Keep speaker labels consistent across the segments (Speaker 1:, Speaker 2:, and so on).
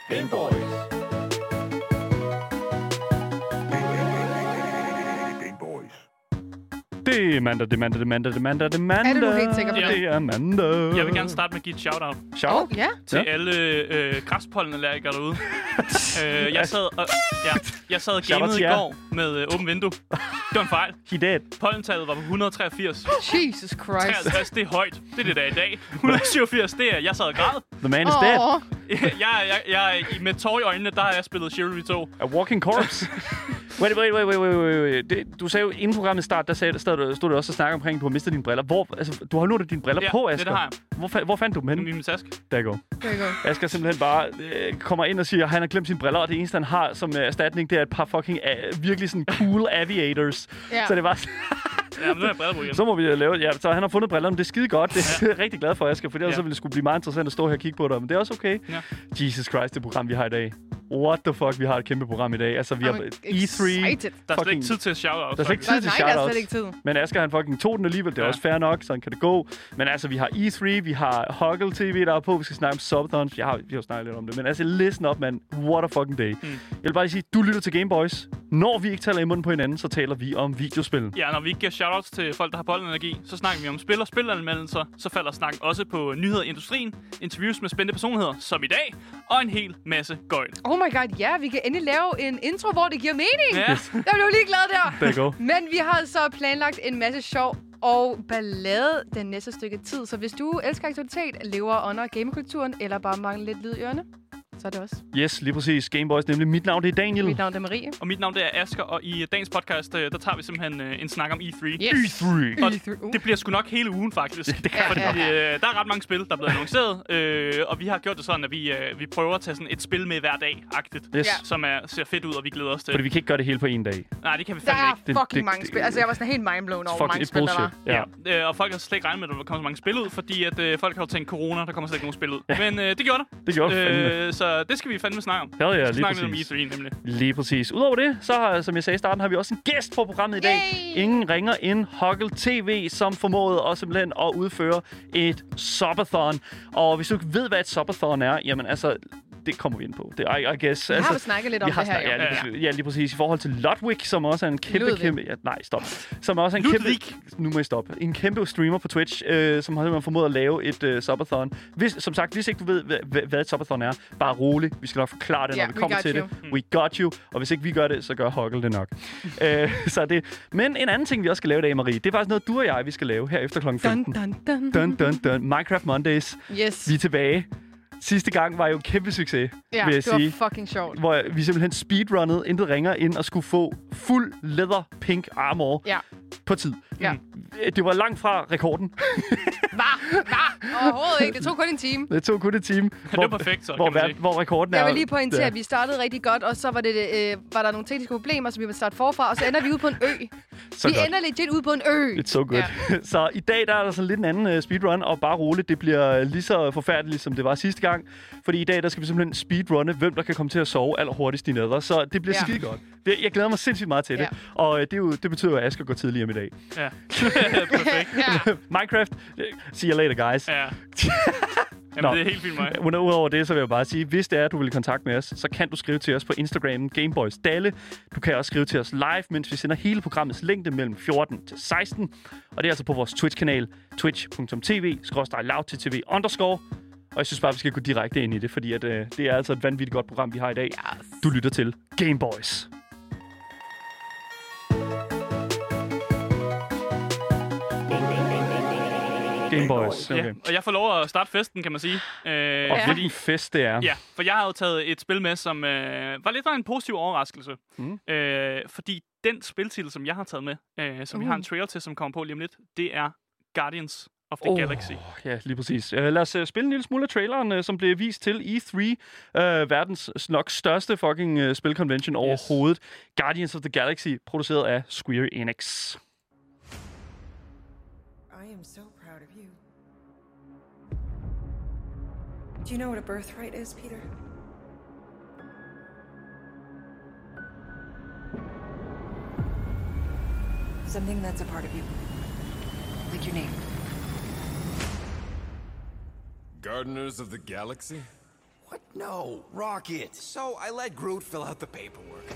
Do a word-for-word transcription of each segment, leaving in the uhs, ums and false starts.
Speaker 1: Game Boys. Game Boys.
Speaker 2: Det er mandag, det er mandag, det er mandag, det er mandag, det er mandag.
Speaker 3: Er du nu helt sikker på det?
Speaker 2: Det er mandag.
Speaker 4: Jeg vil gerne starte med at give et shout-out.
Speaker 2: Shout-out?
Speaker 3: Oh, ja.
Speaker 4: Til
Speaker 2: Ja.
Speaker 4: alle øh, græspollenallergikere derude. øh, jeg sad og, ja, jeg sad og
Speaker 2: Shout out
Speaker 4: gamede
Speaker 2: til
Speaker 4: i
Speaker 2: jer.
Speaker 4: går med øh, åbent vindue. Det var en fejl.
Speaker 2: He dead.
Speaker 4: Pollentallet var på et hundrede og treogfirs.
Speaker 3: Jesus Christ.
Speaker 4: treoghalvtreds, det er højt. Det er det, der er i dag. et hundrede og syvogfirs, det er, jeg sad og græd.
Speaker 2: The man is dead.
Speaker 3: Åh,
Speaker 4: jeg, jeg, jeg, med tår i øjnene, der har jeg spillet Chivalry to.
Speaker 2: A walking corpse. Wait, wait, wait, wait, wait, wait, wait. Det, du sagde jo, inden programmet start, der sagde, stod, stod du også og snakkede omkring, at du har mistet dine briller. Hvor, altså, du har nu dine briller
Speaker 4: Ja,
Speaker 2: på,
Speaker 4: det,
Speaker 2: Asger.
Speaker 4: det har jeg.
Speaker 2: Hvor, fa- hvor fandt du dem henne?
Speaker 4: I min taske.
Speaker 2: Der går.
Speaker 3: there you go.
Speaker 2: Asger simpelthen bare øh, kommer ind og siger, at han har glemt sine briller, og det eneste, han har som øh, erstatning, det er et par fucking uh, virkelig sådan cool aviators.
Speaker 3: Ja.
Speaker 2: Så det var
Speaker 4: Ja, men nu er jeg briller på igen.
Speaker 2: så må vi lave... Ja, så han har fundet brillerne. Det er skide godt. Det er jeg rigtig glad for, Asger, for ellers
Speaker 4: Ja.
Speaker 2: så ville det skulle blive meget interessant at stå her og kigge på dig. Men det er også okay.
Speaker 4: Ja.
Speaker 2: Jesus Christ, det program, vi har i dag. What the fuck, vi har et kæmpe program i dag. Altså, vi har
Speaker 3: I'm
Speaker 2: E tre.
Speaker 3: excited.
Speaker 4: Der er slet
Speaker 2: fucking-
Speaker 4: ikke tid til at shout-out.
Speaker 2: Der er slet ikke
Speaker 3: Nej,
Speaker 2: tid til
Speaker 3: nej, der er
Speaker 2: shoutouts.
Speaker 3: slet ikke tid.
Speaker 2: Men Asger, han fucking tog den alligevel. Det er
Speaker 4: Ja.
Speaker 2: også fair nok, sådan kan det gå. Men altså, vi har E tre, vi har Hoggle T V, der er på. Vi skal snakke om Subathons. Jeg har, vi har jo snakket lidt om det. Men altså, listen up, man. What a fucking day.
Speaker 4: Mm.
Speaker 2: Jeg vil bare lige sige, du lytter til Game Boys. Når vi ikke taler i munden på hinanden, så taler vi om videospil.
Speaker 4: Ja, når vi ikke giver shoutouts til folk, der har pollenenergi, så snakker vi om spil og spilanmeldelser. Så falder snakken også på nyheder i industrien, interviews med spændende personligheder, som i dag, og en hel masse gøjl.
Speaker 3: Oh my god, ja, vi kan endelig lave en intro, hvor det giver mening.
Speaker 4: Ja.
Speaker 3: Jeg blev lige glad der.
Speaker 2: There you go.
Speaker 3: Men vi har så planlagt en masse sjov og ballade den næste stykke tid. Så hvis du elsker aktualitet, lever under gamekulturen, eller bare mangler lidt lyd i ørerne, så er det også.
Speaker 2: Yes, lige præcis. Game Boys, nemlig mit navn, det er Daniel.
Speaker 3: Mit navn er Marie.
Speaker 4: Og mit navn det er Asger, og i dagens podcast, øh, der tager vi simpelthen øh, en snak om E tre.
Speaker 3: Yes.
Speaker 2: E tre.
Speaker 4: Og
Speaker 3: E tre. Uh.
Speaker 4: det bliver sgu nok hele ugen, faktisk.
Speaker 2: Det kan
Speaker 4: Fordi
Speaker 3: det.
Speaker 4: øh, der er ret mange spil, der er blevet annonceret, øh, og vi har gjort det sådan, at vi, øh, vi prøver at tage sådan et spil med hver dag-agtigt,
Speaker 2: Yes.
Speaker 3: Ja.
Speaker 4: som er, ser fedt ud, og vi glæder os til.
Speaker 2: Fordi vi kan ikke gøre det hele på en dag.
Speaker 4: Nej, det kan vi
Speaker 3: Der
Speaker 4: fandme
Speaker 3: er
Speaker 4: ikke.
Speaker 2: Det-
Speaker 3: fucking
Speaker 2: det-
Speaker 3: mange
Speaker 2: det-
Speaker 3: spil. Altså, jeg var sådan helt mindblown over, hvor
Speaker 2: Fucking
Speaker 3: mange
Speaker 2: et
Speaker 3: spil der
Speaker 2: bullshit.
Speaker 3: var.
Speaker 2: Ja.
Speaker 4: Øh, og folk har slet ikke regnet med, at der kommer så mange spil ud, fordi at, øh, folk har jo tænkt corona, der kommer slet ikke nogen spil ud. Ja. Men øh, det gjorde der.
Speaker 2: Det gjorde øh, fandme.
Speaker 4: Øh, så det skal vi fandme snakke om.
Speaker 2: Hell ja,
Speaker 4: vi
Speaker 2: lige
Speaker 4: skal snakke lidt om
Speaker 2: præcis.
Speaker 4: E tre, nemlig.
Speaker 2: Lige præcis. Udover det, så har, som jeg sagde i starten, har vi også en gæst på programmet i dag.
Speaker 3: Yay!
Speaker 2: Ingen ringer end Hoggle T V, som formåede også simpelthen at udføre et subathon. Og hvis du ikke ved, hvad et subathon er, jamen altså, det kommer vi ind på. Det er, I, I guess.
Speaker 3: Vi
Speaker 2: altså,
Speaker 3: har jo snakket lidt om
Speaker 2: vi har
Speaker 3: det her,
Speaker 2: snak-
Speaker 3: jo.
Speaker 2: ja, lige,
Speaker 4: Ja.
Speaker 2: præcis, ja, lige præcis. I forhold til Ludwig, som også er en kæmpe,
Speaker 3: Ludwig.
Speaker 2: kæmpe... Ja, nej, stop. Som også er en
Speaker 4: Ludwig.
Speaker 2: kæmpe... Nu må I stoppe. En kæmpe streamer på Twitch, øh, som har simpelthen formået at lave et øh, subathon. Hvis, som sagt, hvis ikke du ved, hvad, hvad et subathon er, bare rolig. Vi skal nok forklare det, når
Speaker 3: Ja,
Speaker 2: vi
Speaker 3: we
Speaker 2: kommer
Speaker 3: got
Speaker 2: til
Speaker 3: you.
Speaker 2: det. We got you. Og hvis ikke vi gør det, så gør Hoggle det nok. øh, så det. Men en anden ting, vi også skal lave i dag, Marie, det er faktisk noget, du og jeg, vi skal lave her efter klokken
Speaker 3: Dun,
Speaker 2: femten.
Speaker 3: dun, dun.
Speaker 2: Dun, dun, dun. Minecraft Mondays.
Speaker 3: Yes.
Speaker 2: Vi er tilbage. Sidste gang var jo en kæmpe succes,
Speaker 3: Ja,
Speaker 2: vil jeg
Speaker 3: det var
Speaker 2: sige.
Speaker 3: fucking sjovt.
Speaker 2: Hvor vi simpelthen speedrunnede, intet ringer ind og skulle få fuld leather pink armor
Speaker 3: Ja.
Speaker 2: på tid.
Speaker 3: Ja.
Speaker 2: Det var langt fra rekorden.
Speaker 3: Hvad? Hvad? Overhovedet ikke. Det tog kun en time.
Speaker 2: Det tog kun et time.
Speaker 4: Det var perfekt, så
Speaker 2: hvor,
Speaker 4: kan man
Speaker 2: hvor,
Speaker 4: sige.
Speaker 2: hvor rekorden er.
Speaker 3: Jeg vil lige pointere,
Speaker 2: Ja.
Speaker 3: at vi startede rigtig godt, og så var, det, øh, var der nogle tekniske problemer, så vi måtte starte forfra, og så ender vi ude på en ø.
Speaker 2: Så
Speaker 3: vi
Speaker 2: godt.
Speaker 3: ender legit ude på en ø.
Speaker 2: It's so good. Ja. Så i dag der er der sådan lidt en anden uh, speedrun, og bare roligt, det bliver lige så forfærdeligt, som det var sidste gang. Fordi i dag, der skal vi simpelthen speedrunne, hvem der kan komme til at sove allerhurtigst i nether. Så det bliver
Speaker 3: Ja.
Speaker 2: skide godt. Det, jeg glæder mig sindssygt meget til
Speaker 3: Ja.
Speaker 2: det. Og uh, det, er jo, det betyder jo, at Asger går tidligere om i dag.
Speaker 4: Ja. Perfekt.
Speaker 3: Ja.
Speaker 2: Minecraft, see you later, guys.
Speaker 4: Ja.
Speaker 2: Nå.
Speaker 4: Jamen, det er helt fint mig.
Speaker 2: Under- Udover det, så vil jeg bare sige, hvis det er, at du vil i kontakt med os, så kan du skrive til os på Instagram, Gameboys Dalle. Du kan også skrive til os live, mens vi sender hele programmets længde mellem fjorten til seksten. Og det er altså på vores Twitch-kanal, twitch punktum tv skråstreg lavttv underscore. Og jeg synes bare, vi skal gå direkte ind i det, fordi at, øh, det er altså et vanvittigt godt program, vi har i dag.
Speaker 3: Yes.
Speaker 2: Du lytter til Gameboys. Gameboys, okay.
Speaker 4: Ja, og jeg får lov at starte festen, kan man sige. Øh,
Speaker 2: Og
Speaker 3: Ja.
Speaker 2: hvilken fest det er.
Speaker 4: Ja, for jeg har jo taget et spil med, som øh, var lidt af en positiv overraskelse.
Speaker 2: Mm.
Speaker 4: Øh, fordi den spiltitel, som jeg har taget med, øh, som uh. vi har en trailer til, som kommer på lige om lidt, det er Guardians of the
Speaker 2: Oh,
Speaker 4: Galaxy.
Speaker 2: Ja, lige præcis. Uh, lad os uh, spille en lille smule af traileren, uh, som blev vist til E tre. Uh, verdens nok største fucking uh, spilconvention yes. overhovedet. Guardians of the Galaxy, produceret af Square Enix.
Speaker 5: I am so proud of you. Do you know what a birthright is, Peter? Something that's a part of you. Like your name.
Speaker 1: Gardeners of the Galaxy? What? No, Rocket. So I let Groot fill out the paperwork.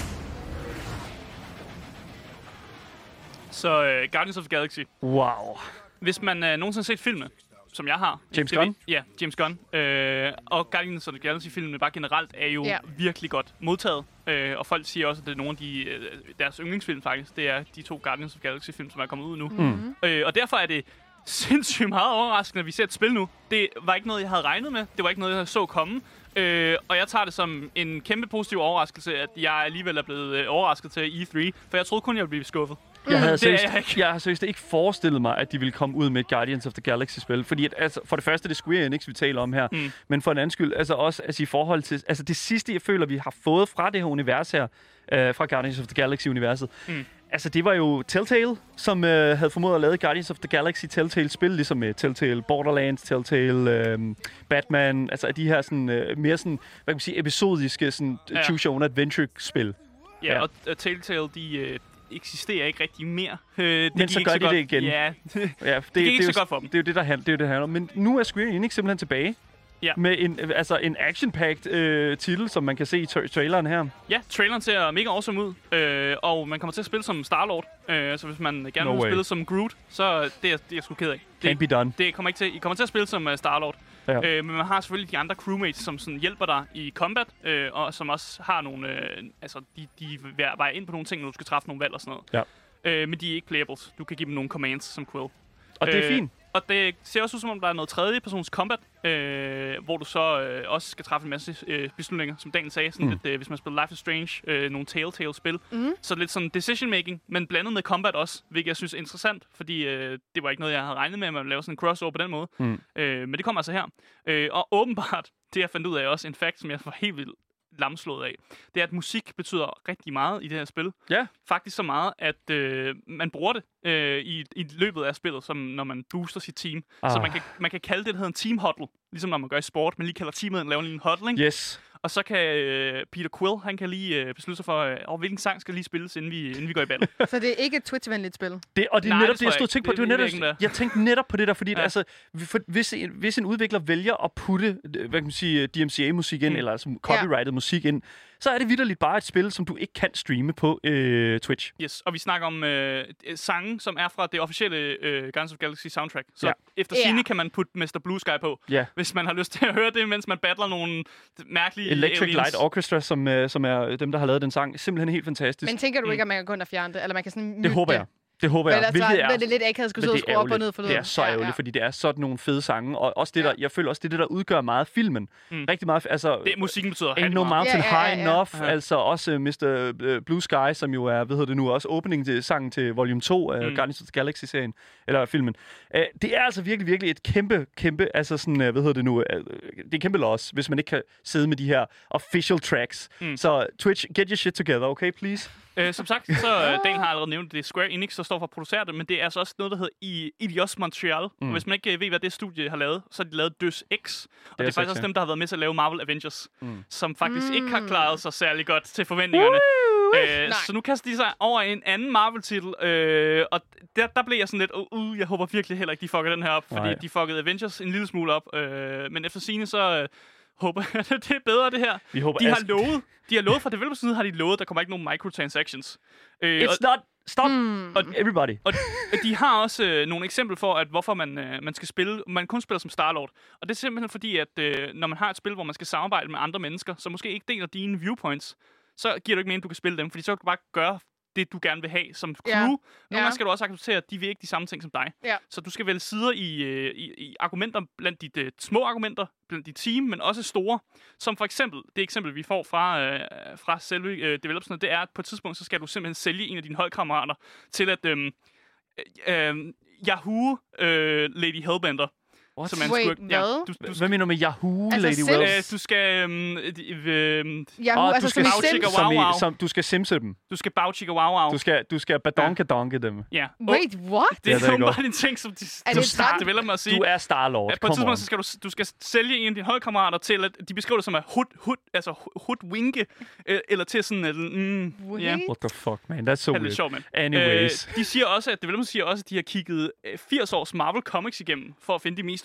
Speaker 4: Så uh, Guardians of the Galaxy.
Speaker 2: Wow.
Speaker 4: Hvis man uh, nogensinde har set filmen, som jeg har.
Speaker 2: James
Speaker 4: det,
Speaker 2: Gunn?
Speaker 4: Det, ja, James Gunn. Øh, og Guardians of the Galaxy-filmene bare generelt er jo
Speaker 3: Ja.
Speaker 4: virkelig godt modtaget. Øh, og folk siger også, at det er nogle af de, øh, deres yndlingsfilm faktisk. Det er de to Guardians of the Galaxy-film, som er kommet ud nu.
Speaker 2: Mm.
Speaker 4: Øh, og derfor er det sindssygt meget overraskende, at vi ser et spil nu. Det var ikke noget, jeg havde regnet med. Det var ikke noget, jeg så komme. Øh, og jeg tager det som en kæmpe positiv overraskelse, at jeg alligevel er blevet øh, overrasket til E tre. For jeg troede kun, jeg ville blive skuffet.
Speaker 2: Jeg havde
Speaker 4: Det er
Speaker 2: seriøst,
Speaker 4: jeg ikke.
Speaker 2: jeg har seriøst ikke forestillet mig, at de ville komme ud med et Guardians of the Galaxy-spil. Fordi at, altså, for det første, det er Square Enix, vi taler om her. Mm. Men for en anden skyld, altså også altså, i forhold til... Altså det sidste, jeg føler, vi har fået fra det her univers her, øh, fra Guardians of the Galaxy-universet, mm. altså det var jo Telltale, som øh, havde formået at lave Guardians of the Galaxy Telltale-spil, ligesom med Telltale Borderlands, Telltale øh, Batman, altså de her sådan, øh, mere sådan, hvad kan man sige, episodiske sådan,
Speaker 4: Ja.
Speaker 2: choose-your-own-adventure-spil.
Speaker 4: Ja,
Speaker 2: Ja.
Speaker 4: og uh, Telltale, de... Øh, eksisterer ikke rigtig mere. Øh, det
Speaker 2: Men
Speaker 4: gik
Speaker 2: så
Speaker 4: ikke
Speaker 2: gør de
Speaker 4: godt.
Speaker 2: det igen.
Speaker 4: Ja,
Speaker 2: Ja, det, det,
Speaker 4: gik ikke
Speaker 2: det, er
Speaker 4: så
Speaker 2: jo,
Speaker 4: godt for dem.
Speaker 2: Det er jo det, der handler, det er jo det, der handler om. Men nu er Square Enix simpelthen tilbage.
Speaker 4: Ja.
Speaker 2: Med en, altså en action-packed øh, titel, som man kan se i tra- traileren her.
Speaker 4: ja, traileren ser mega awesome ud, øh, og man kommer til at spille som Star-Lord. Øh, så hvis man gerne
Speaker 2: No
Speaker 4: vil
Speaker 2: way.
Speaker 4: spille som Groot, så det er, det er jeg sgu ked af.
Speaker 2: Can't be done.
Speaker 4: Det kommer ikke til. I kommer til at spille som uh, Star-Lord.
Speaker 2: Ja.
Speaker 4: Øh, men man har selvfølgelig de andre crewmates, som sådan hjælper dig i combat, øh, og som også har nogle... Øh, altså, de, de vejer ind på nogle ting, når du skal træffe nogle valg og sådan noget.
Speaker 2: Ja.
Speaker 4: Øh, men de er ikke playables. Du kan give dem nogle commands som Quill.
Speaker 2: Og det er
Speaker 4: Øh,
Speaker 2: fint.
Speaker 4: Og det ser også ud som om, der er noget tredje persons combat, øh, hvor du så øh, også skal træffe en masse øh, beslutninger, som Daniel sagde. Sådan
Speaker 2: Mm.
Speaker 4: lidt, øh, hvis man spiller Life is Strange, øh, nogle Telltale-spil.
Speaker 3: Mm.
Speaker 4: Så lidt sådan decision-making, men blandet med combat også, hvilket jeg synes er interessant, fordi øh, det var ikke noget, jeg havde regnet med, at man ville lave sådan en crossover på den måde.
Speaker 2: Mm.
Speaker 4: Øh, men det kommer altså her. Øh, og åbenbart, det jeg fandt ud af også, en fact, som jeg var helt vildt lamslået af, det er, at musik betyder rigtig meget i det her spil.
Speaker 2: Ja.
Speaker 4: Faktisk så meget, at øh, man bruger det øh, i, i løbet af spillet, som når man booster sit team. Ah. Så
Speaker 2: Ah.
Speaker 4: man kan, man kan kalde det, der hedder en team huddle, ligesom når man gør i sport. Man lige kalder teamet en lave en lille huddle, ikke?
Speaker 2: Yes.
Speaker 4: Og så kan øh, Peter Quill, han kan lige øh, beslutte sig for, øh, oh, hvilken sang skal lige spilles, inden vi, inden vi går i battle.
Speaker 3: Så det er ikke et Twitch-venligt spil?
Speaker 2: Det, og det er
Speaker 4: Nej,
Speaker 2: netop
Speaker 4: det
Speaker 2: det, jeg
Speaker 4: tror
Speaker 2: stod
Speaker 4: jeg
Speaker 2: og tænkte på.
Speaker 4: ikke.
Speaker 2: Det var
Speaker 4: Det- det
Speaker 2: netop,
Speaker 4: ved jeg ikke,
Speaker 2: jeg tænkte netop på det der, fordi
Speaker 4: Ja.
Speaker 2: ja. altså, for, hvis, en, hvis en udvikler vælger at putte, hvad kan man sige, D M C A-musik ind,
Speaker 4: Mm.
Speaker 2: eller altså copyrighted musik ind, så er det vitterligt bare et spil, som du ikke kan streame på øh, Twitch.
Speaker 4: Yes, og vi snakker om øh, sange, som er fra det officielle øh, Guardians of the Galaxy soundtrack. Så
Speaker 2: Ja.
Speaker 4: efter
Speaker 3: Ja.
Speaker 4: sigende kan man putte mister Blue Sky på,
Speaker 2: Ja.
Speaker 4: hvis man har lyst til at høre det, mens man battler nogle mærkelige
Speaker 2: Electric
Speaker 4: aliens.
Speaker 2: Light Orchestra, som, øh, som er dem, der har lavet den sang, simpelthen helt fantastisk.
Speaker 3: Men tænker du
Speaker 4: Mm.
Speaker 3: ikke, at man kan gå ind og fjerne det? Eller man kan sådan
Speaker 2: det
Speaker 3: mute
Speaker 2: håber jeg. Det håber
Speaker 3: Men
Speaker 2: jeg.
Speaker 3: ellers
Speaker 2: Hvilket
Speaker 3: så
Speaker 2: er,
Speaker 3: er det lidt akavet at skulle
Speaker 2: men
Speaker 3: sidde og
Speaker 2: det er
Speaker 3: skrue op og
Speaker 2: ærgerligt.
Speaker 3: ned for
Speaker 2: Det er
Speaker 3: lyden.
Speaker 2: så ærgerligt, fordi det er sådan nogle fede sange. Og også det, der,
Speaker 3: Ja.
Speaker 2: jeg føler også, det er det, der udgør meget af filmen.
Speaker 4: Mm.
Speaker 2: Rigtig meget. Altså,
Speaker 4: Det, musikken betyder
Speaker 2: Ain't
Speaker 4: rigtig
Speaker 2: No
Speaker 4: meget.
Speaker 2: Mountain
Speaker 3: Ja, ja, ja,
Speaker 2: High
Speaker 3: ja.
Speaker 2: Enough,
Speaker 4: Ja.
Speaker 2: altså også uh, mister Uh, Blue Sky, som jo er, hvad hedder det nu, også opening til sangen til volume to af
Speaker 4: Mm.
Speaker 2: mm. Guardians of the Galaxy-serien, eller filmen. Uh, det er altså virkelig, virkelig et kæmpe, kæmpe, altså sådan, uh, hvad hedder det nu, uh, det er en kæmpe loss, hvis man ikke kan sidde med de her official tracks.
Speaker 4: Mm.
Speaker 2: Så Twitch, get your shit together, okay, please?
Speaker 4: Øh, som sagt, så øh, Daniel har allerede nævnt, det er Square Enix, der står for at producere det, men det er altså også noget, der hedder I- Eidos Montreal. Mm. Og hvis man ikke øh, ved, hvad det studie har lavet, så har de lavet Deus Ex. Og det er, det er faktisk
Speaker 2: sexy.
Speaker 4: også dem, der har været med til at lave Marvel Avengers,
Speaker 2: Mm.
Speaker 4: som faktisk
Speaker 3: Mm.
Speaker 4: ikke har klaret sig særlig godt til forventningerne. Øh,
Speaker 3: Nej.
Speaker 4: så nu kaster de sig over en anden Marvel-titel, øh, og der, der blev jeg sådan lidt, uh, uh, jeg håber virkelig heller ikke, de fucker den her op, fordi
Speaker 2: Nej.
Speaker 4: de fuckede Avengers en lille smule op. Øh, men efter sigende, så øh, håber jeg, at det er bedre, det her.
Speaker 2: Vi håber,
Speaker 4: De har
Speaker 2: Ask-
Speaker 4: lovet, de har lovet fra developers side, har de lovet, der kommer ikke nogen microtransactions. Øh, og,
Speaker 2: It's not... Stop,
Speaker 3: Mm.
Speaker 4: og,
Speaker 2: everybody.
Speaker 4: og de har også øh, nogle eksempler for, at hvorfor man, øh, man skal spille. Man kun spiller som Star-Lord. Og det er simpelthen fordi, at øh, når man har et spil, hvor man skal samarbejde med andre mennesker, som måske ikke deler dine viewpoints, så giver det ikke mening, at du kan spille dem. Fordi så kan du bare gøre det, du gerne vil have som crew.
Speaker 3: Ja.
Speaker 4: Nogle
Speaker 3: Ja.
Speaker 4: gange skal du også acceptere, at de vil ikke de samme ting som dig.
Speaker 3: Ja.
Speaker 4: Så du skal vælge sider i, øh, i, i argumenter blandt dit øh, små argumenter, blandt dit team, men også store. Som for eksempel, det eksempel, vi får fra, øh, fra selve øh, developersne, det er, at på et tidspunkt, så skal du simpelthen sælge en af dine holdkammerater til at øh, øh, Yahoo øh, Lady Hellbender.
Speaker 2: What?
Speaker 4: Som er en
Speaker 3: Wait,
Speaker 4: skurk. Ja,
Speaker 3: hvad?
Speaker 4: du, du,
Speaker 2: Hvad mener du med Yahoo,
Speaker 3: Altså
Speaker 2: Lady
Speaker 3: selv-
Speaker 2: Wells?
Speaker 4: øh, du skal... Øh, øh,
Speaker 3: Yahoo,
Speaker 2: Åh,
Speaker 3: altså
Speaker 2: du skal
Speaker 3: som i
Speaker 4: bagtjekke
Speaker 3: Sims.
Speaker 4: Wow,
Speaker 2: som, i,
Speaker 4: wow.
Speaker 2: som, du skal simse dem.
Speaker 4: du skal bagchikke wow wow.
Speaker 2: Du skal, du skal badonke-donke dem.
Speaker 4: Ja.
Speaker 3: Wait, what?
Speaker 4: Det
Speaker 2: Ja,
Speaker 4: er
Speaker 2: det er
Speaker 4: åbenbart
Speaker 2: godt.
Speaker 4: en ting, som de,
Speaker 3: Er
Speaker 4: som
Speaker 3: det
Speaker 4: start
Speaker 3: træt?
Speaker 4: developer at sige.
Speaker 2: Du er Star-Lord,
Speaker 4: Ja, på et
Speaker 2: come
Speaker 4: tidspunkt,
Speaker 2: on.
Speaker 4: så skal du, du skal sælge en af dine holdkammerater til, at de beskriver det som at hud, hud, altså hoodwinke, øh, eller til sådan, at, mm,
Speaker 3: Wait.
Speaker 4: ja,
Speaker 2: What the fuck, man? That's so
Speaker 4: det er lidt
Speaker 2: weird.
Speaker 4: sjovt, mand.
Speaker 2: Anyways.
Speaker 4: Øh, de siger også, at developers siger også, at de har kigget øh, firs års Marvel Comics igennem, for at finde de mest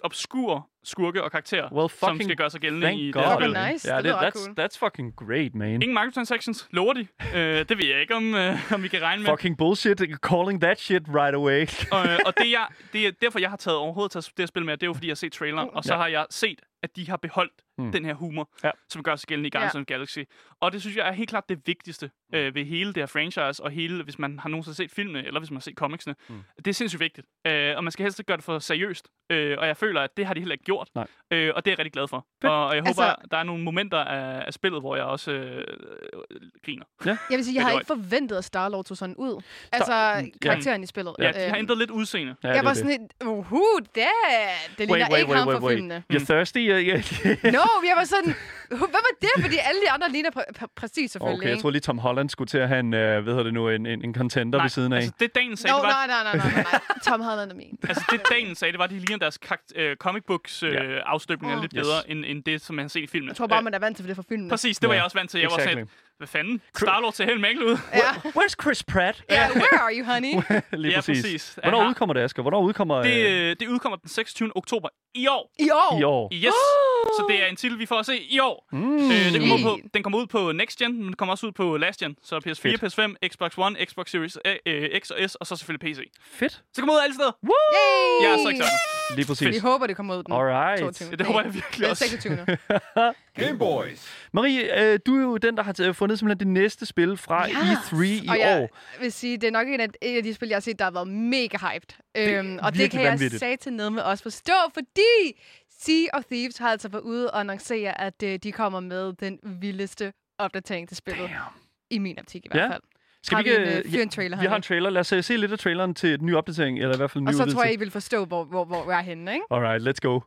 Speaker 4: obskur skurke og karakterer,
Speaker 2: well,
Speaker 4: som skal gøre sig gældende i
Speaker 2: God.
Speaker 4: det her
Speaker 3: Fucking
Speaker 4: spil.
Speaker 3: nice.
Speaker 2: Ja,
Speaker 3: Det
Speaker 2: det,
Speaker 3: lyder ret
Speaker 2: that's,
Speaker 3: cool.
Speaker 2: that's fucking great, man.
Speaker 4: Ingen microtransactions, lover de. øh, det ved jeg ikke, om, øh, om vi kan regne med.
Speaker 2: Fucking bullshit. Calling that shit right away.
Speaker 4: og, øh, og det, jeg, det er derfor, jeg har taget overhovedet taget det her spil med, det er jo, fordi jeg har set traileren, og så
Speaker 2: Ja.
Speaker 4: har jeg set, at de har beholdt
Speaker 2: Mm.
Speaker 4: den her humor,
Speaker 2: Ja.
Speaker 4: som gør sig gældende i Guardians
Speaker 3: Ja.
Speaker 4: of the Galaxy. Og det synes jeg er helt klart det vigtigste øh, ved hele det her franchise, og hele, hvis man har nogensinde set filmene, eller hvis man har set comicsene. Mm. Det er sindssygt vigtigt. Øh, og man skal helst ikke gøre det for seriøst. Øh, og jeg føler, at det har de heller ikke gjort.
Speaker 2: Nej.
Speaker 4: Øh, og det er jeg rigtig glad for. Og, og jeg
Speaker 3: Altså-
Speaker 4: håber, der er nogle momenter af, af spillet, hvor jeg også øh, griner.
Speaker 3: Jeg vil sige, jeg
Speaker 4: Men
Speaker 3: har
Speaker 4: det var-
Speaker 3: ikke forventet, at Star-Lord så sådan ud. Altså, karakteren i spillet.
Speaker 4: Ja, de har
Speaker 3: Øhm,
Speaker 4: ændret lidt udseende.
Speaker 2: Ja,
Speaker 3: jeg
Speaker 2: det
Speaker 3: var
Speaker 2: er
Speaker 3: sådan
Speaker 2: det.
Speaker 3: et, uhu, det, det ligner
Speaker 2: Wait, wait,
Speaker 3: ikke
Speaker 2: wait,
Speaker 3: ham
Speaker 2: wait,
Speaker 3: fra
Speaker 2: wait.
Speaker 3: filmene.
Speaker 2: You're thirsty? Yeah, yeah.
Speaker 3: No, jeg var sådan, hvad var det? Fordi alle de andre ligner præ- præ- præcis selvfølgelig.
Speaker 2: Okay, jeg
Speaker 3: ikke?
Speaker 2: troede lige, Tom Holland skulle til at have en, øh, hvad hedder det nu, en, en, en contender
Speaker 4: Nej,
Speaker 2: ved siden af.
Speaker 4: altså det Daniel sagde,
Speaker 3: Nå,
Speaker 4: det var,
Speaker 3: nej, nej, nej, nej, nej. Tom Holland er min.
Speaker 4: altså det Daniel sagde, det var, at de ligner deres kar- øh, comic books øh,
Speaker 2: Ja.
Speaker 4: afstøbninger
Speaker 3: Åh.
Speaker 4: lidt
Speaker 2: Yes.
Speaker 4: bedre, end, end det, som man har set i filmen.
Speaker 3: Jeg tror bare, man er vant til det fra filmen.
Speaker 4: Præcis, det var
Speaker 2: Ja.
Speaker 4: jeg også vant til. Jeg
Speaker 2: Exactly.
Speaker 4: var sådan, hvad fanden? Star-Lord ser helt mærkeligt ud.
Speaker 3: Ja,
Speaker 2: Where's Chris Pratt?
Speaker 3: yeah, where are you, honey?
Speaker 2: Lige
Speaker 4: Ja,
Speaker 2: præcis.
Speaker 4: præcis.
Speaker 2: Hvornår
Speaker 4: Aha.
Speaker 2: udkommer det, Asger? Hvornår udkommer
Speaker 4: Det,
Speaker 2: øh,
Speaker 4: øh, det udkommer den seksogtyvende oktober i år.
Speaker 3: I år?
Speaker 2: i år?
Speaker 4: Yes. Så det er en titel, vi får at se i år. Mm. Øh, den, kommer ud på, den kommer ud på Next Gen, men den kommer også ud på Last Gen. Så P S fire,
Speaker 2: Fedt.
Speaker 4: P S fem, Xbox One, Xbox Series øh, X og S, og så selvfølgelig P C.
Speaker 2: Fedt.
Speaker 4: Så kommer ud alle steder.
Speaker 3: Yay!
Speaker 4: Jeg er så excited.
Speaker 2: Lige præcis.
Speaker 3: Vi håber, det kommer ud den
Speaker 2: Alright.
Speaker 3: toogtyvende.
Speaker 4: Det håber jeg virkelig
Speaker 3: Nej,
Speaker 4: også.
Speaker 3: seksogtyvende.
Speaker 1: Game Boys.
Speaker 2: Marie, øh, du er jo den, der har t- fundet simpelthen det næste spil fra
Speaker 3: Yes.
Speaker 2: E tre i
Speaker 3: Og jeg
Speaker 2: år.
Speaker 3: vil sige, det er nok en af, en af de spil, jeg har set, der har været mega hyped. Øhm, og det
Speaker 2: virkelig
Speaker 3: kan jeg
Speaker 2: vanvittigt.
Speaker 3: sige til ned med også forstå, fordi Sea of Thieves har altså været ude og annoncere, at øh, de kommer med den vildeste opdatering til spillet.
Speaker 2: Damn.
Speaker 3: I min optik i
Speaker 2: Ja.
Speaker 3: hvert fald.
Speaker 2: Skal
Speaker 3: Har
Speaker 2: vi
Speaker 3: vi
Speaker 2: ikke...
Speaker 3: en, øh,
Speaker 2: øh,
Speaker 3: fyr en trailer
Speaker 2: vi har
Speaker 3: her,
Speaker 2: en trailer. Lad os øh, se lidt af traileren til en ny opdatering, eller i hvert fald en ny
Speaker 3: Og så tror
Speaker 2: udvidelse.
Speaker 3: jeg, I vil forstå, hvor, hvor, hvor jeg er henne, ikke?
Speaker 2: Alright, let's go.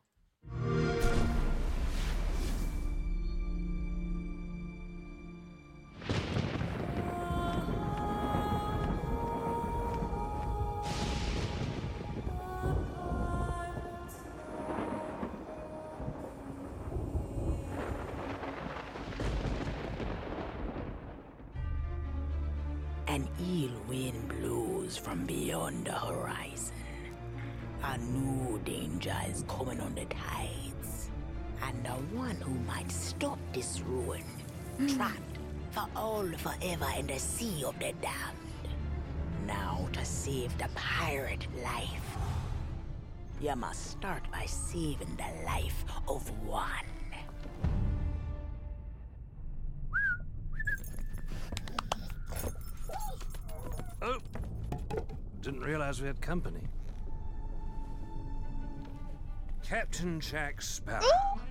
Speaker 6: An ill wind blows from beyond the horizon. A new danger is coming on the tides. And the one who might stop this ruin, trapped for all forever in the sea of the damned. Now to save the pirate life, you must start by saving the life of one.
Speaker 1: Oh. Didn't realize we had company. Captain Jack Sparrow.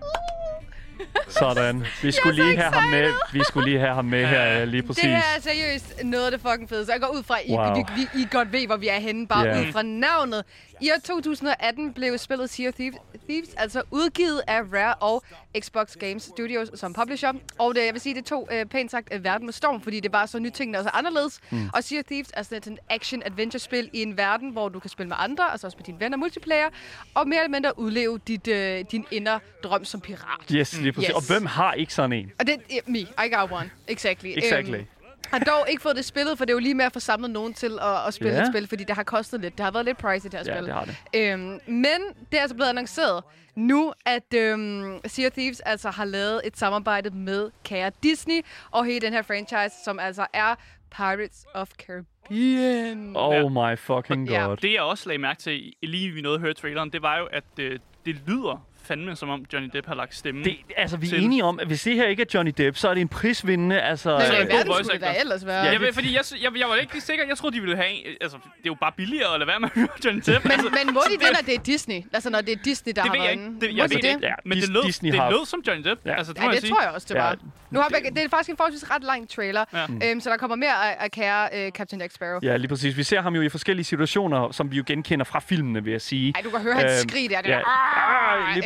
Speaker 2: Sådan. Vi skulle
Speaker 3: så
Speaker 2: lige have ham med.
Speaker 3: excited.
Speaker 2: Vi skulle lige have ham med her, lige præcis.
Speaker 3: Det her er seriøst noget af det fucking fede. Så jeg går ud fra, at I,
Speaker 2: Wow.
Speaker 3: vi, vi, I godt ved, hvor vi er henne, bare
Speaker 2: Ja.
Speaker 3: ud fra navnet. I år to tusind og atten blev spillet Sea of Thieves, Thieves altså udgivet af Rare og Xbox Games Studios som publisher. Og det, jeg vil sige, det tog øh, pænt sagt øh, verden med storm, fordi det var så nye ting, der er så anderledes. Mm. Og Sea of Thieves er sådan et sådan action-adventure-spil i en verden, hvor du kan spille med andre, altså også med dine venner multiplayer, og mere eller mindre udleve dit, øh, din indre drøm som pirat.
Speaker 2: Yes, lige præcis.
Speaker 3: Yes.
Speaker 2: Og hvem har ikke sådan en?
Speaker 3: Og det er me. I got one. Exactly.
Speaker 2: Exactly.
Speaker 3: Øhm, har dog ikke fået det spillet, for det er jo lige med at få samlet nogen til at, at spille
Speaker 2: Ja.
Speaker 3: et spil, fordi det har kostet lidt. Det har været lidt pricey, det her
Speaker 2: Ja,
Speaker 3: spil.
Speaker 2: det har det.
Speaker 3: Øhm, men det er altså blevet annonceret nu, at øhm, Sea of Thieves altså har lavet et samarbejde med kære Disney, og hele den her franchise, som altså er Pirates of Caribbean.
Speaker 2: Oh my fucking
Speaker 3: Ja.
Speaker 2: god.
Speaker 4: Det jeg også lagde mærke til, lige vi nåede at høre traileren, det var jo, at øh, det lyder fandme, som om Johnny Depp har lagt stemme.
Speaker 2: Det, altså, vi er
Speaker 4: Til-
Speaker 2: enige om, at hvis det her ikke er Johnny Depp, så er det en prisvindende, altså...
Speaker 3: Men
Speaker 4: Så er
Speaker 3: hvad
Speaker 4: det
Speaker 3: i
Speaker 4: god
Speaker 3: verden
Speaker 4: voice
Speaker 3: skulle det
Speaker 4: actor.
Speaker 3: da ellers være?
Speaker 2: Ja,
Speaker 4: Jeg, ved, fordi jeg, jeg, jeg var ikke lige sikker. Jeg troede, de ville have en, altså, det er jo bare billigere at lade være med at høre Johnny Depp.
Speaker 3: Men,
Speaker 4: altså,
Speaker 3: men må de det, når det er Disney? Altså, når det er Disney, der
Speaker 4: det
Speaker 3: har
Speaker 4: ved jeg
Speaker 3: været
Speaker 4: ikke.
Speaker 3: inde?
Speaker 4: Det,
Speaker 3: Må
Speaker 4: jeg
Speaker 3: de
Speaker 4: ved det ikke.
Speaker 2: Ja,
Speaker 4: Men det
Speaker 2: Dis-
Speaker 4: lød,
Speaker 2: Disney
Speaker 4: det
Speaker 2: har-
Speaker 4: lød som Johnny Depp.
Speaker 2: Ja.
Speaker 4: Altså, det
Speaker 3: Ja,
Speaker 4: må jeg
Speaker 3: det
Speaker 4: sige.
Speaker 3: tror jeg også, det
Speaker 2: Ja.
Speaker 3: var. Nu har begge, det er faktisk en forholdsvis ret lang trailer,
Speaker 4: Ja.
Speaker 3: øhm, så der kommer mere af, af kære øh, Captain Jack Sparrow.
Speaker 2: Ja, lige præcis. Vi ser ham jo i forskellige situationer, som vi jo genkender fra filmene, vil jeg sige.
Speaker 3: Ej, du kan høre hans
Speaker 2: Øhm,
Speaker 3: skrig der. Det
Speaker 2: ja.
Speaker 3: der, "Arr!"
Speaker 2: Ah, lige
Speaker 3: Ja.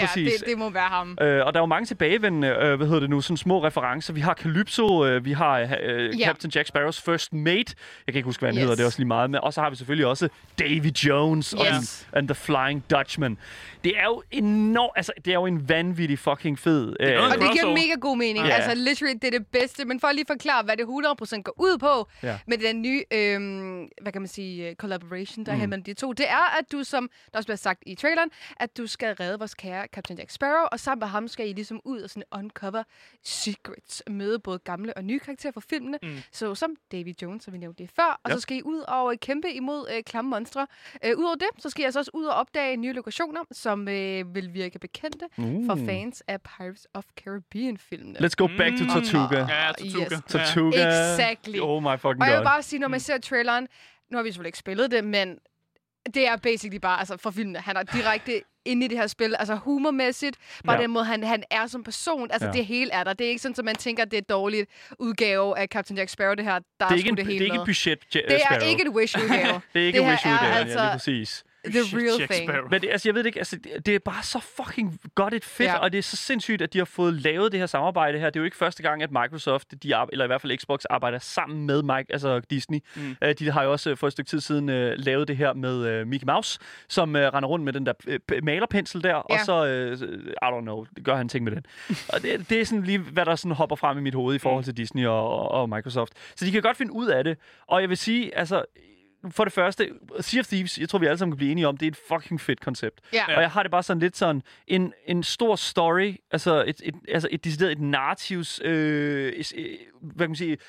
Speaker 2: præcis.
Speaker 3: det, det må være ham.
Speaker 2: Øh, og der er jo mange tilbagevendende, øh, hvad hedder det nu, sådan små referencer. Vi har Calypso, øh, vi har øh,
Speaker 3: Ja.
Speaker 2: Captain Jack Sparrows First Mate. Jeg kan ikke huske, hvad han
Speaker 3: Yes.
Speaker 2: hedder, det er også lige meget med. Og så har vi selvfølgelig også Davy Jones og
Speaker 3: Yes.
Speaker 2: and the Flying Dutchman. Det er jo enormt, altså det er jo en vanvittig fucking fed. Øh,
Speaker 4: noget,
Speaker 3: Og det giver
Speaker 4: crossover.
Speaker 3: mega god mening.
Speaker 2: Ja.
Speaker 3: Altså, literally, det er det bedste. Men for at lige forklare, hvad det hundrede procent går ud på
Speaker 2: Ja.
Speaker 3: med den nye, øhm, hvad kan man sige, øh, collaboration, der er mm. mellem de to, det er, at du, som der også bliver sagt i traileren, at du skal redde vores kære Captain Jack Sparrow, og sammen med ham skal I ligesom ud og sådan uncover secrets, møde både gamle og nye karakterer fra filmene, mm. så som Davy Jones, som vi nævnte det før, og
Speaker 2: Ja.
Speaker 3: så skal I ud og øh, kæmpe imod øh, klamme monstre. Øh, Udover det, så skal I altså også ud og opdage nye lokationer, som øh, vil virke bekendte
Speaker 2: Uh.
Speaker 3: for fans af Pirates of Caribbean-filmene.
Speaker 2: Let's go back to
Speaker 4: Mm.
Speaker 2: Tortuga.
Speaker 4: Ja, Tortuga.
Speaker 3: Yes.
Speaker 4: Ja.
Speaker 2: Tortuga.
Speaker 3: Exactly.
Speaker 2: Oh my fucking
Speaker 3: Og jeg
Speaker 2: god.
Speaker 3: vil bare sige, når man ser traileren, nu har vi selvfølgelig ikke spillet det, men det er basically bare, altså for filmene, han er direkte inde i det her spil, altså humormæssigt, bare
Speaker 2: Ja.
Speaker 3: den måde, han, han er som person, altså
Speaker 2: Ja.
Speaker 3: det hele er der. Det er ikke sådan, at man tænker, at det er et dårligt udgave af Captain Jack Sparrow, det her. Der
Speaker 2: det er
Speaker 3: er
Speaker 2: ikke
Speaker 3: sgu
Speaker 2: en,
Speaker 3: det
Speaker 2: det er
Speaker 3: hele
Speaker 2: ikke en
Speaker 3: med.
Speaker 2: budget J-
Speaker 3: Det er
Speaker 2: Sparrow.
Speaker 3: ikke et Wish-udgave.
Speaker 2: Det er ikke
Speaker 3: det
Speaker 2: en
Speaker 3: her
Speaker 2: Wish-udgave,
Speaker 3: er
Speaker 2: ja,
Speaker 3: altså
Speaker 2: lige præcis.
Speaker 3: the real
Speaker 4: Jack
Speaker 3: thing.
Speaker 4: Sparrow.
Speaker 2: Men det, altså, jeg ved det ikke, altså, det, det er bare så fucking godt et fedt,
Speaker 3: Ja.
Speaker 2: og det er så sindssygt, at de har fået lavet det her samarbejde her. Det er jo ikke første gang, at Microsoft, de, ar- eller i hvert fald Xbox, arbejder sammen med Mike, altså Disney. Mm. Uh, de har jo også uh, for et stykke tid siden uh, lavet det her med uh, Mickey Mouse, som uh, render rundt med den der uh, malerpensel der, ja. og så, uh, I don't know, gør han ting med den. Og det, det er sådan lige, hvad der sådan hopper frem i mit hoved i forhold til Disney og, og, og Microsoft. Så de kan godt finde ud af det. Og jeg vil sige, altså... For det første, Sea of Thieves, jeg tror, vi alle sammen kan blive enige om, det er et fucking fedt koncept.
Speaker 3: Ja.
Speaker 2: Og jeg har det bare sådan lidt sådan, en, en stor story, altså et, et, altså et decideret et narrativs, øh, et, øh, hvad kan man sige,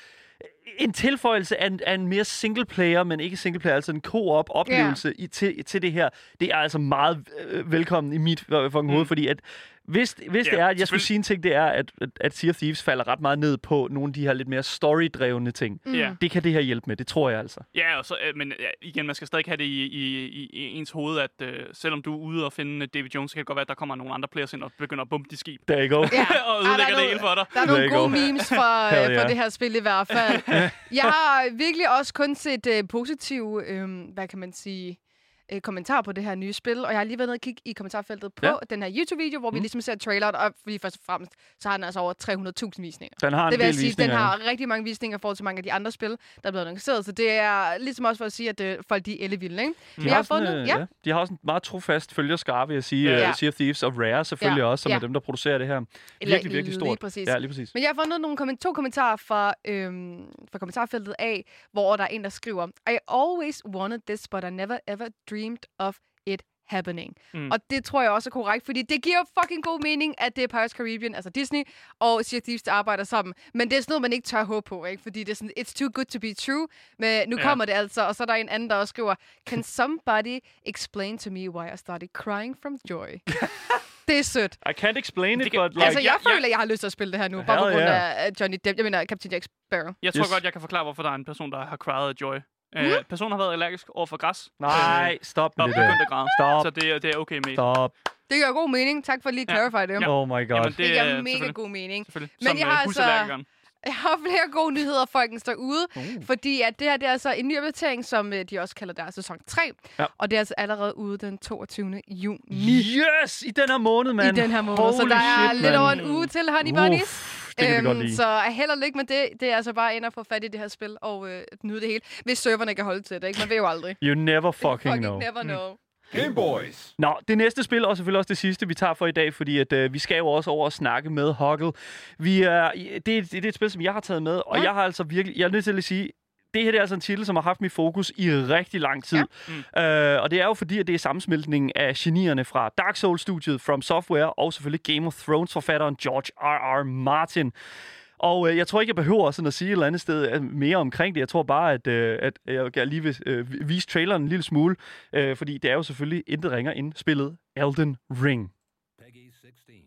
Speaker 2: en tilføjelse af en, af en mere single player, men ikke single player, altså en co-op oplevelse yeah. i, til, til det her. Det er altså meget øh, velkommen i mit øh, fucking mm. hoved, fordi at hvis, hvis
Speaker 4: Ja,
Speaker 2: det er, at jeg skulle
Speaker 4: selvfølgelig.
Speaker 2: sige en ting, det er, at, at, at Sea of Thieves falder ret meget ned på nogle af de her lidt mere story-drevne ting.
Speaker 3: Mm.
Speaker 4: Ja.
Speaker 2: Det kan det her hjælpe med, det tror jeg altså.
Speaker 4: Ja, og så, øh, men ja, igen, man skal stadig have det i, i, i, i ens hoved, at øh, selvom du er ude og finde David Jones, så kan det godt være, at der kommer nogle andre players ind og begynder at bombe de skib.
Speaker 2: There you go.
Speaker 3: Ja.
Speaker 4: og
Speaker 3: Ej, der er
Speaker 4: ødelægger det
Speaker 3: noget-
Speaker 4: hele for dig.
Speaker 3: Der er nogle
Speaker 2: There you
Speaker 3: gode
Speaker 2: go.
Speaker 3: memes for,
Speaker 2: Hell
Speaker 3: øh, for
Speaker 2: yeah.
Speaker 3: det her spil i hvert fald. Jeg har virkelig også kun set øh, positive, øh, hvad kan man sige, øh, kommentarer på det her nye spil, og jeg har lige været nede og kigge i kommentarfeltet på
Speaker 2: Ja.
Speaker 3: den her YouTube-video, hvor mm. vi ligesom ser traileren, og fordi først og fremmest, så har den altså over tre hundrede tusind visninger.
Speaker 2: Den har en
Speaker 3: Det vil jeg
Speaker 2: del
Speaker 3: sige, den
Speaker 2: visninger, ja.
Speaker 3: har rigtig mange visninger i forhold til mange af de andre spil, der er blevet annonceret, så det er ligesom også for at sige, at øh, folk de er ellevilde, ikke?
Speaker 2: De
Speaker 3: Men jeg
Speaker 2: har,
Speaker 3: har
Speaker 2: sådan,
Speaker 3: fundet,
Speaker 2: øh,
Speaker 3: ja.
Speaker 2: ja. De har også en meget trofast følgerskare, vil jeg sige.
Speaker 3: Ja.
Speaker 2: Ja. Uh, Sea of Thieves og Rare selvfølgelig
Speaker 3: Ja.
Speaker 2: også, som
Speaker 3: Ja.
Speaker 2: er dem, der producerer det her.
Speaker 3: Eller
Speaker 2: Virkelig, virkelig
Speaker 3: lige
Speaker 2: stort.
Speaker 3: præcis.
Speaker 2: Ja, lige præcis.
Speaker 3: Men jeg har fundet nogle komment- to kommentarer fra, øhm, fra kommentarfeltet af, hvor der er en, der skriver, I always wanted this, but I never ever dreamed of it happening. Mm. Og det tror jeg også er korrekt, fordi det giver fucking god mening, at det er Pirates Caribbean, altså Disney, og Sea of Thieves, der arbejder sammen. Men det er sådan noget, man ikke tør håbe på, ikke? Fordi det er sådan, it's too good to be true. Men nu
Speaker 4: Ja.
Speaker 3: kommer det altså, og så er der en anden, der også skriver, can somebody explain to me why I started crying from joy? Det er sødt.
Speaker 2: I can't explain it,
Speaker 4: Det kan-
Speaker 2: but like...
Speaker 3: Altså, jeg
Speaker 4: ja, ja.
Speaker 3: føler, at jeg har lyst til at spille det her nu, bare på
Speaker 2: Hell
Speaker 3: grund
Speaker 2: yeah.
Speaker 3: af Johnny Depp. Jeg mener, Captain Jack Sparrow.
Speaker 4: Jeg tror
Speaker 2: Yes.
Speaker 4: godt, jeg kan forklare, hvorfor der er en person, der har cryet af joy.
Speaker 3: Mm.
Speaker 4: Øh, personen har været allergisk over for græs.
Speaker 2: Nej, stop
Speaker 4: Og
Speaker 2: med
Speaker 4: begyndt
Speaker 2: det.
Speaker 4: at græde.
Speaker 2: Stop.
Speaker 4: Så det, er- det er okay med.
Speaker 2: Stop.
Speaker 3: Det gør god mening. Tak for at lige at
Speaker 4: Ja.
Speaker 3: clarify det.
Speaker 4: Ja.
Speaker 2: Oh my god.
Speaker 4: Jamen,
Speaker 3: Det
Speaker 4: det
Speaker 3: giver
Speaker 4: er
Speaker 3: mega
Speaker 4: selvfølgelig-
Speaker 3: god mening.
Speaker 4: selvfølgelig.
Speaker 3: Men
Speaker 4: Som
Speaker 3: jeg
Speaker 4: øh,
Speaker 3: har altså-
Speaker 4: husallergikeren.
Speaker 3: Jeg har flere gode nyheder, folkens, derude. Uh. Fordi at det her det er altså en ny opdatering, som øh, de også kalder der sæson tre.
Speaker 2: Ja.
Speaker 3: Og det er altså allerede ude den toogtyvende juni
Speaker 2: Yes! I den her måned, mand.
Speaker 3: i den her måned.
Speaker 2: Holy
Speaker 3: Så der er
Speaker 2: shit,
Speaker 3: lidt
Speaker 2: man.
Speaker 3: over en uge til, honey bunnies.
Speaker 2: Uff, det kan vi godt lide.
Speaker 3: Så held og lykke med det. Det er altså bare ind og få fat i det her spil og øh, nyde det hele. Hvis serverne kan holde til det, ikke? Man ved jo aldrig.
Speaker 2: You never fucking,
Speaker 3: Fucking
Speaker 2: know.
Speaker 3: never know.
Speaker 1: Game Boys.
Speaker 2: Nå, det næste spil, og selvfølgelig også det sidste, vi tager for i dag, fordi at, øh, vi skal jo også over og snakke med Hoggle. Vi er, det, det, det er et spil, som jeg har taget med, og
Speaker 3: Ja.
Speaker 2: jeg har altså virkelig, jeg er nødt til at sige, det her det er altså en titel, som har haft mit fokus i rigtig lang tid. Ja. Øh, og det er jo fordi, at det er sammensmeltningen af genierne fra Dark Souls-studiet, From Software, og selvfølgelig Game of Thrones-forfatteren George R R. Martin. Og øh, jeg tror ikke, jeg behøver sådan at sige et eller andet sted øh, mere omkring det. Jeg tror bare, at, øh, at jeg, jeg lige vil øh, vise traileren en lille smule. Øh, fordi det er jo selvfølgelig intet ringer end spillet Elden Ring.
Speaker 1: Peggy sixteen.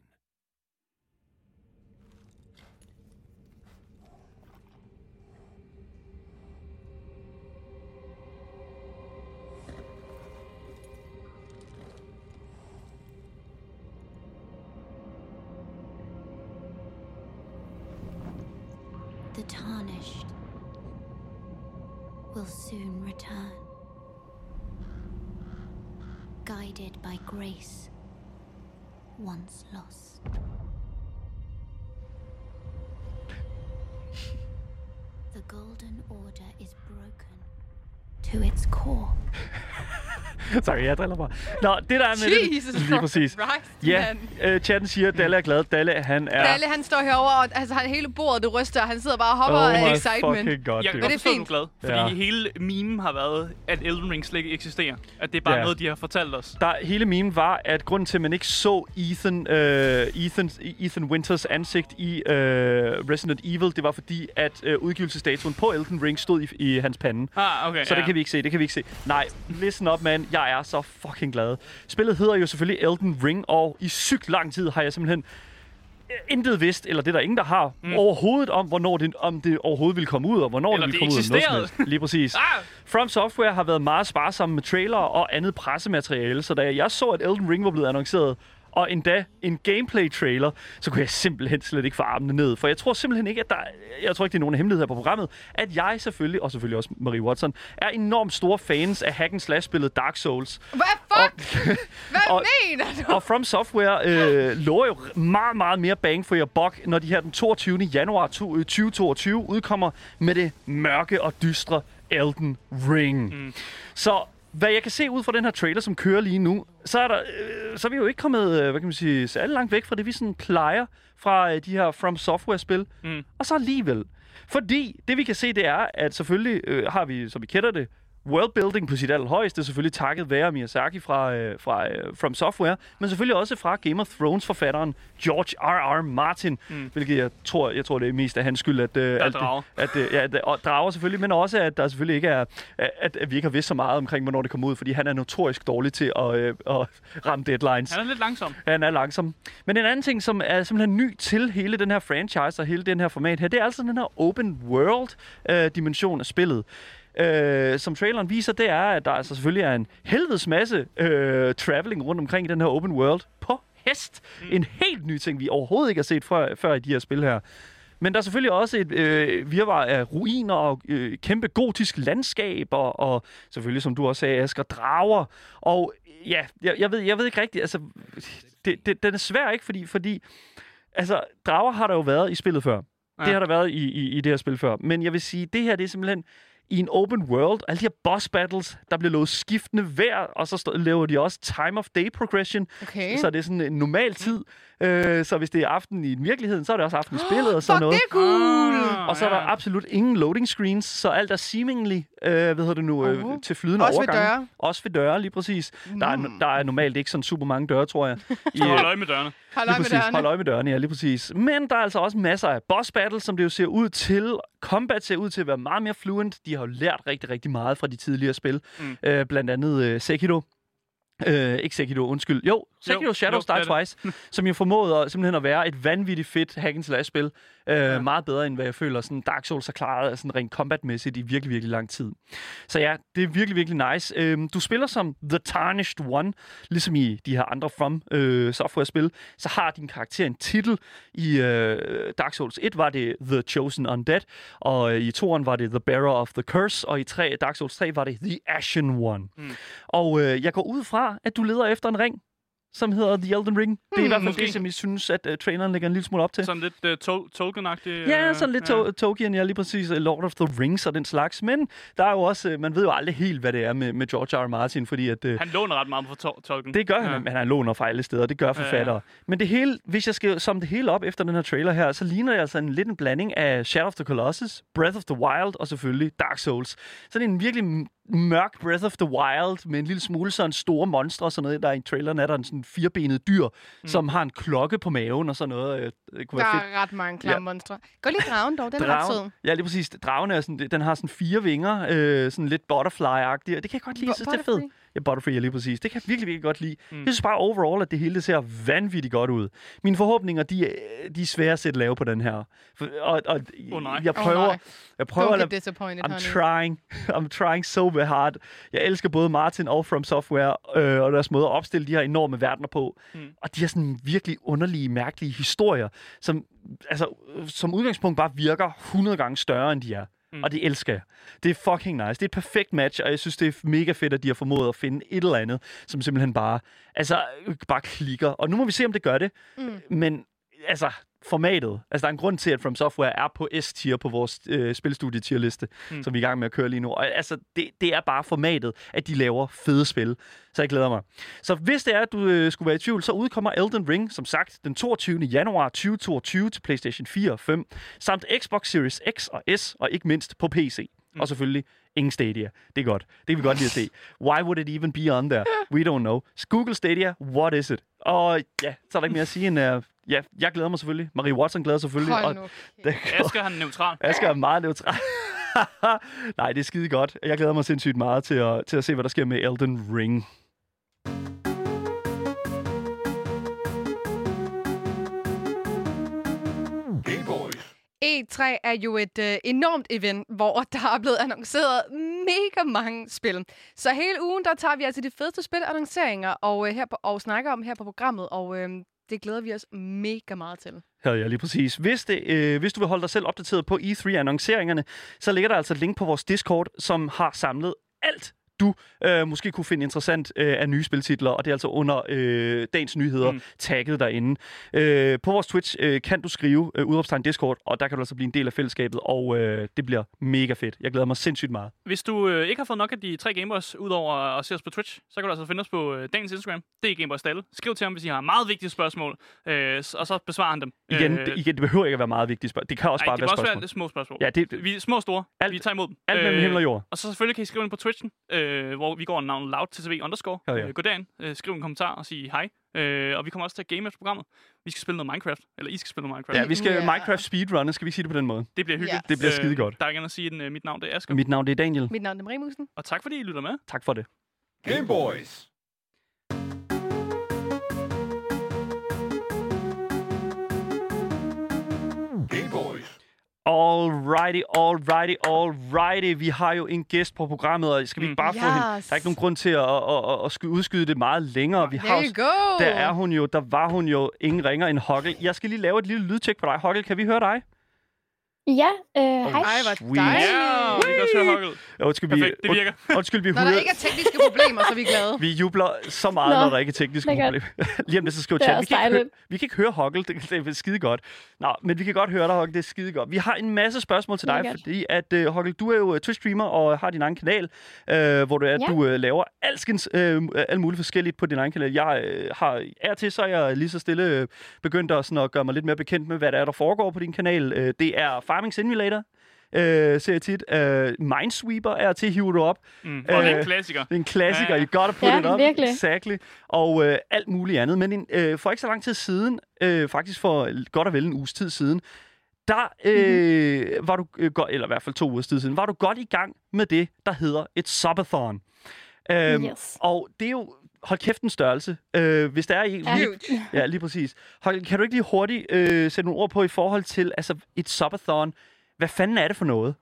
Speaker 7: The tarnished will soon return, guided by grace, once lost. The Golden Order is broken to its core.
Speaker 2: Sorry, jeg driller mig. Nå, det der er med
Speaker 3: Jesus
Speaker 2: det... Lige præcis.
Speaker 3: Christ,
Speaker 2: Ja,
Speaker 3: man.
Speaker 2: øh, chatten siger, at Dalle er glad. Dalle, han er...
Speaker 3: Dalle, han står herovre, og altså, han, hele bordet, det ryster, og han sidder bare og hopper
Speaker 2: Oh
Speaker 3: af
Speaker 2: my
Speaker 3: excitement.
Speaker 2: fucking god,
Speaker 4: Jeg kan
Speaker 2: dude.
Speaker 3: Men
Speaker 4: godt
Speaker 3: det er
Speaker 4: forstå, at du er
Speaker 3: fint.
Speaker 4: glad, fordi
Speaker 2: Ja.
Speaker 4: hele memen har været, at Elden Ring slet ikke eksisterer. At det er bare
Speaker 2: Ja.
Speaker 4: noget, de har fortalt os.
Speaker 2: Der, hele memen var, at grunden til, at man ikke så Ethan, øh, Ethan, Ethan Winters ansigt i øh, Resident Evil, det var fordi, at øh, udgivelsesdatoen på Elden Ring stod i, i hans pande.
Speaker 4: Ah, okay.
Speaker 2: Så
Speaker 4: ja.
Speaker 2: det kan vi ikke se, det kan vi ikke se. Nej, listen up, man. Jeg er så fucking glad. Spillet hedder jo selvfølgelig Elden Ring, og i sygt lang tid har jeg simpelthen øh, intet vidst, eller det er der ingen, der har, mm. overhovedet om, hvornår det, om det overhovedet ville komme ud, og hvornår
Speaker 4: Eller
Speaker 2: det
Speaker 4: det
Speaker 2: ville komme ud.
Speaker 4: eksisterede.
Speaker 2: Noget som helst. Lige præcis.
Speaker 4: Ah!
Speaker 2: From Software har været meget sparsomme med trailer og andet pressemateriale, så da jeg så, at Elden Ring var blevet annonceret, og endda en gameplay-trailer, så kunne jeg simpelthen slet ikke få armene ned. For jeg tror simpelthen ikke, at der... Jeg tror ikke, det er nogen hemmelighed her på programmet, at jeg selvfølgelig, og selvfølgelig også Marie Watson, er enormt store fans af hack and slash-spillet Dark Souls.
Speaker 3: Hvad fuck? Hvad
Speaker 2: og-
Speaker 3: mener du?
Speaker 2: Og From Software øh, lover jo meget, meget mere bang for your buck, når de her den toogtyvende januar tyve toogtyve udkommer med det mørke og dystre Elden Ring. Mm. Så hvad jeg kan se ud fra den her trailer, som kører lige nu, så er, der, øh, så er vi jo ikke kommet øh, hvad kan man sige, særlig langt væk fra det, vi sådan plejer fra øh, de her From Software-spil. Mm. Og så alligevel. Fordi det, vi kan se, det er, at selvfølgelig øh, har vi, som vi kender det, worldbuilding på sit allerhøjeste, selvfølgelig takket være Miyazaki fra, øh, fra øh, From Software, men selvfølgelig også fra Game of Thrones-forfatteren George R R. Martin, mm. hvilket jeg tror, jeg tror, det er mest af hans skyld, at, øh, at,
Speaker 4: drager.
Speaker 2: at, øh, ja, og drager selvfølgelig, men også, at der selvfølgelig ikke er, at, at vi ikke har vidst så meget omkring, hvornår det kommer ud, fordi han er notorisk dårlig til at, øh, at ramme deadlines.
Speaker 4: Han er lidt langsom.
Speaker 2: Han er langsom. Men en anden ting, som er simpelthen ny til hele den her franchise og hele den her format her, det er altså den her open world øh, dimension af spillet. Øh, som traileren viser, det er, at der altså selvfølgelig er en helvedes masse øh, traveling rundt omkring i den her open world på hest. Mm. En helt ny ting, vi overhovedet ikke har set før, før i de her spil her. Men der er selvfølgelig også et øh, virvar af ruiner og øh, kæmpe gotisk landskaber, og selvfølgelig, som du også sagde, Asger, drager. Og ja, jeg, jeg, ved, jeg ved ikke rigtigt, altså, det, det, den er svær, ikke? Fordi, fordi altså, drager har der jo været i spillet før. Ja. Det har der været i, i, i det her spil før. Men jeg vil sige, det her, det er simpelthen i en open world, alle de her boss battles, der bliver lovet skiftende vejr, og så stå, laver de også time of day progression.
Speaker 3: Okay.
Speaker 2: Så det er sådan en normal tid. Øh, så hvis det er aften i virkeligheden, så er det også aften i spillet og sådan
Speaker 3: Fuck,
Speaker 2: noget.
Speaker 3: det er cool!
Speaker 4: Ah,
Speaker 2: Og så er der
Speaker 4: ja.
Speaker 2: absolut ingen loading screens, så alt er seemingly, øh, hvad hedder det nu, øh,
Speaker 3: Uh-huh.
Speaker 2: til flydende
Speaker 3: Også ved
Speaker 2: overgange.
Speaker 3: døre.
Speaker 2: Også ved døre, lige præcis. Mm. Der, er, der er normalt ikke sådan super mange døre, tror jeg. I,
Speaker 4: Så hold øje med dørene.
Speaker 3: Hold
Speaker 2: Lige
Speaker 3: øje med
Speaker 2: præcis.
Speaker 3: dørene.
Speaker 2: Hold øje med dørene, ja, lige præcis. Men der er altså også masser af boss battles, som det jo ser ud til. Combat ser ud til at være meget mere fluent. De har jo lært rigtig, rigtig meget fra de tidligere spil. Mm. Øh, blandt andet øh, Sekiro. Øh, ikke Sekiro, undskyld. Jo, Sekiro
Speaker 4: Jo,
Speaker 2: Shadows
Speaker 4: jo,
Speaker 2: Die
Speaker 4: det er
Speaker 2: Twice, som jo formåede at, simpelthen at være et vanvittigt fedt hack and slash spil. Øh, ja. Meget bedre, end hvad jeg føler, sådan Dark Souls har klaret sådan rent combat-mæssigt i virkelig, virkelig lang tid. Så ja, det er virkelig, virkelig nice. Øh, du spiller som The Tarnished One, ligesom i de her andre From øh, Software-spil. Så har din karakter en titel. I øh, Dark Souls et var det The Chosen Undead, og i toeren var det The Bearer of the Curse, og i tre, Dark Souls tre var det The Ashen One. Mm. Og øh, jeg går ud fra, at du leder efter en ring, som hedder The Elden Ring. Det er
Speaker 4: Hmm,
Speaker 2: i hvert fald
Speaker 4: måske.
Speaker 2: det, som jeg synes, at uh, traileren lægger en lille smule op til.
Speaker 4: Sådan lidt uh, to- Tolkien-agtigt.
Speaker 2: Ja,
Speaker 4: øh,
Speaker 2: sådan lidt
Speaker 4: ja.
Speaker 2: to- Tolkien, ja, lige præcis. uh, Lord of the Rings og den slags. Men der er jo også, uh, man ved jo aldrig helt, hvad det er med, med George R. R. Martin, fordi at... Uh,
Speaker 4: Han låner ret meget fra to- Tolkien.
Speaker 2: det gør han,
Speaker 4: Ja.
Speaker 2: men han låner fra alle steder. Det gør forfattere. Ja, ja. Men det hele, hvis jeg skal summe det hele op efter den her trailer her, så ligner det altså en lidt en blanding af Shadow of the Colossus, Breath of the Wild og selvfølgelig Dark Souls. Så det er en virkelig mørk Breath of the Wild med en lille smule sådan store monstre og sådan noget. Der er i traileren er der en sådan firebenet dyr, mm. som har en klokke på maven og sådan noget. Det kunne
Speaker 3: Der
Speaker 2: være fedt.
Speaker 3: er ret mange klamme
Speaker 2: Ja.
Speaker 3: monstre. Gå lige dragen dog, den er ret sød.
Speaker 2: Ja, lige præcis. Dragen er sådan, den har sådan fire vinger, øh, sådan lidt butterfly-agtigt, og det kan jeg godt lide. Jeg synes, det er fedt.
Speaker 3: Butterfly?
Speaker 2: Ja, Butterfree, ja, lige præcis. Det kan jeg virkelig, virkelig godt lide. Mm. Jeg synes bare overall, at det hele det ser vanvittigt godt ud. Mine forhåbninger, de, er- de er svære at sætte lave på den her. For, og, og
Speaker 4: Åh, nej.
Speaker 2: jeg prøver,
Speaker 3: Åh, nej.
Speaker 2: jeg prøver
Speaker 3: Don't
Speaker 2: at
Speaker 3: get
Speaker 2: lade-
Speaker 3: disappointed,
Speaker 2: I'm
Speaker 3: honey.
Speaker 2: trying. I'm trying so hard. Jeg elsker både Martin og From Software øh, og deres måde at opstille de her enorme verdener på. Mm. Og de har sådan virkelig underlige, mærkelige historier, som, altså, som udgangspunkt bare virker hundrede gange større, end de er. Mm. Og det elsker jeg. Det er fucking nice. Det er et perfekt match, og jeg synes, det er mega fedt, at de har formået at finde et eller andet, som simpelthen bare, altså, bare klikker. Og nu må vi se, om det gør det. Mm. Men altså, formatet. Altså, der er en grund til, at From Software er på S-tier på vores øh, spilstudie-tierliste, mm. som vi er i gang med at køre lige nu. Og altså, det, det er bare formatet, at de laver fede spil. Så jeg glæder mig. Så hvis det er, at du øh, skulle være i tvivl, så udkommer Elden Ring, som sagt, den toogtyvende januar tyve toogtyve til PlayStation fire og fem, samt Xbox Series X og S, og ikke mindst på P C. Mm. Og selvfølgelig ingen Stadia. Det er godt. Det kan vi godt lide at se. Why would it even be on there? We don't know. Google Stadia, what is it? Og ja, så er der ikke mere at sige end... Uh, ja, jeg glæder mig selvfølgelig. Marie Watson glæder sig selvfølgelig.
Speaker 3: Hold nu.
Speaker 4: Okay. Asger, han er neutral.
Speaker 2: Asger er meget neutral. Nej, det er skide godt. Jeg glæder mig sindssygt meget til at, til at se, hvad der sker med Elden Ring.
Speaker 3: E tre er jo et øh, enormt event, hvor der er blevet annonceret mega mange spil. Så hele ugen, der tager vi altså de fedeste spilannonceringer og, øh, her på, og snakker om her på programmet, og øh, det glæder vi os mega meget til.
Speaker 2: Ja, ja, lige præcis. Hvis, det, øh, hvis du vil holde dig selv opdateret på E tre-annonceringerne, så ligger der altså et link på vores Discord, som har samlet alt, du øh, måske kunne finde interessant øh, af nye spiltitler, og det er altså under øh, dagens nyheder mm. tagget derinde. Øh, på vores Twitch øh, kan du skrive øh, udråbstegn Discord, og der kan du altså blive en del af fællesskabet, og øh, det bliver mega fedt. Jeg glæder mig sindssygt meget.
Speaker 4: Hvis du øh, ikke har fået nok af de tre Gameboys, udover at se os på Twitch, så kan du altså finde os på øh, dagens Instagram. Det er Gameboys Dalle. Skriv til ham, hvis I har meget vigtige spørgsmål, øh, og så besvarer han dem.
Speaker 2: Igen,
Speaker 4: øh,
Speaker 2: det, igen, det behøver ikke at være meget vigtige spørgsmål. Det kan også
Speaker 4: ej,
Speaker 2: bare
Speaker 4: det
Speaker 2: være
Speaker 4: spørgsmål.
Speaker 2: spørgsmål.
Speaker 4: Det små spørgsmål.
Speaker 2: Ja, det,
Speaker 4: vi er små og store.
Speaker 2: Alt,
Speaker 4: vi tager imod dem.
Speaker 2: Alt mellem himmel og jord.
Speaker 4: Og så selvfølgelig kan I skrive ind på Twitchen, øh, hvor vi går under navnet loudtv underscore. Ja, ja. Øh, gå derind, øh, skriv en kommentar og sig hej. Øh, og vi kommer også til at game efter programmet. Vi skal spille noget Minecraft. Eller I skal spille noget Minecraft.
Speaker 2: Ja, vi skal
Speaker 3: yeah.
Speaker 2: Minecraft speedrunne. Skal vi sige det på den måde?
Speaker 4: Det bliver hyggeligt.
Speaker 3: Yes.
Speaker 2: Det bliver skide godt.
Speaker 4: Øh, der er ikke andet at sige, end uh, mit navn det er Asger.
Speaker 2: Mit navn det er Daniel.
Speaker 3: Mit navn er Marie Musen.
Speaker 4: Og tak fordi I lytter med.
Speaker 2: Tak for det.
Speaker 1: Gameboys. Gameboys.
Speaker 2: Alrighty, alrighty, alrighty. Vi har jo en gæst på programmet, og skal vi ikke bare
Speaker 3: yes.
Speaker 2: få hende? Der er ikke nogen grund til at, at, at, at udskyde det meget længere. Vi
Speaker 3: There you go.
Speaker 2: Der er hun jo, der var hun jo ingen ringer end Hoggle. Jeg skal lige lave et lille lydtjek på dig. Hoggle, kan vi høre dig?
Speaker 8: Ja, øh, hej.
Speaker 3: Ej, hvor
Speaker 2: Sweet.
Speaker 3: dejligt.
Speaker 4: Ja, vi kan også høre Hoggle.
Speaker 2: Undskyld,
Speaker 4: Perfekt,
Speaker 2: vi,
Speaker 4: det virker.
Speaker 2: Und, undskyld, vi
Speaker 3: Når der ikke er tekniske problemer, så er vi glade.
Speaker 2: Vi jubler så meget,
Speaker 8: Nå,
Speaker 2: når der ikke er tekniske problemer. Lige om det, så skriver
Speaker 8: Det er
Speaker 2: chat. Vi
Speaker 8: også
Speaker 2: kan, ikke høre,
Speaker 8: dejligt.
Speaker 2: vi kan ikke høre Hoggle, det, det er skide godt. Nå, men vi kan godt høre dig, Hoggle, det er skide godt. Vi har en masse spørgsmål til dig,
Speaker 8: Lækkert.
Speaker 2: fordi at, uh, Hoggle, du er jo Twitch-streamer og har din egen kanal, uh, hvor du, er,
Speaker 8: Ja.
Speaker 2: du uh, laver alskens, uh, alt muligt forskelligt på din egen kanal. Jeg uh, har er til, så er jeg lige så stille uh, begyndt at, sådan, at gøre mig lidt mere bekendt med, hvad der er, der foregår på din kanal. Uh, det er Farming Simulator. Øh, ser jeg tit. Øh, Minesweeper er til at hive det op.
Speaker 4: Mm. Og det er
Speaker 2: Øh,
Speaker 4: en klassiker.
Speaker 2: Det er en klassiker.
Speaker 4: Ja, ja.
Speaker 2: You gotta put
Speaker 8: Ja,
Speaker 2: it up.
Speaker 8: virkelig.
Speaker 2: Exactly. Og øh, alt muligt andet. Men en, øh, for ikke så lang tid siden, øh, faktisk for godt og vel en uges tid siden, der øh, mm-hmm. var du, øh, go- eller i hvert fald to uger tid siden, var du godt i gang med det, der hedder et subathon. Øhm,
Speaker 8: Yes.
Speaker 2: Og det er jo, hold kæft en størrelse. Øh, hvis der er i...
Speaker 8: Ja.
Speaker 3: Huge.
Speaker 2: Ja, lige præcis. Hold, kan du ikke lige hurtigt øh, sætte nogle ord på i forhold til altså, et subathon? Hvad fanden er det for noget?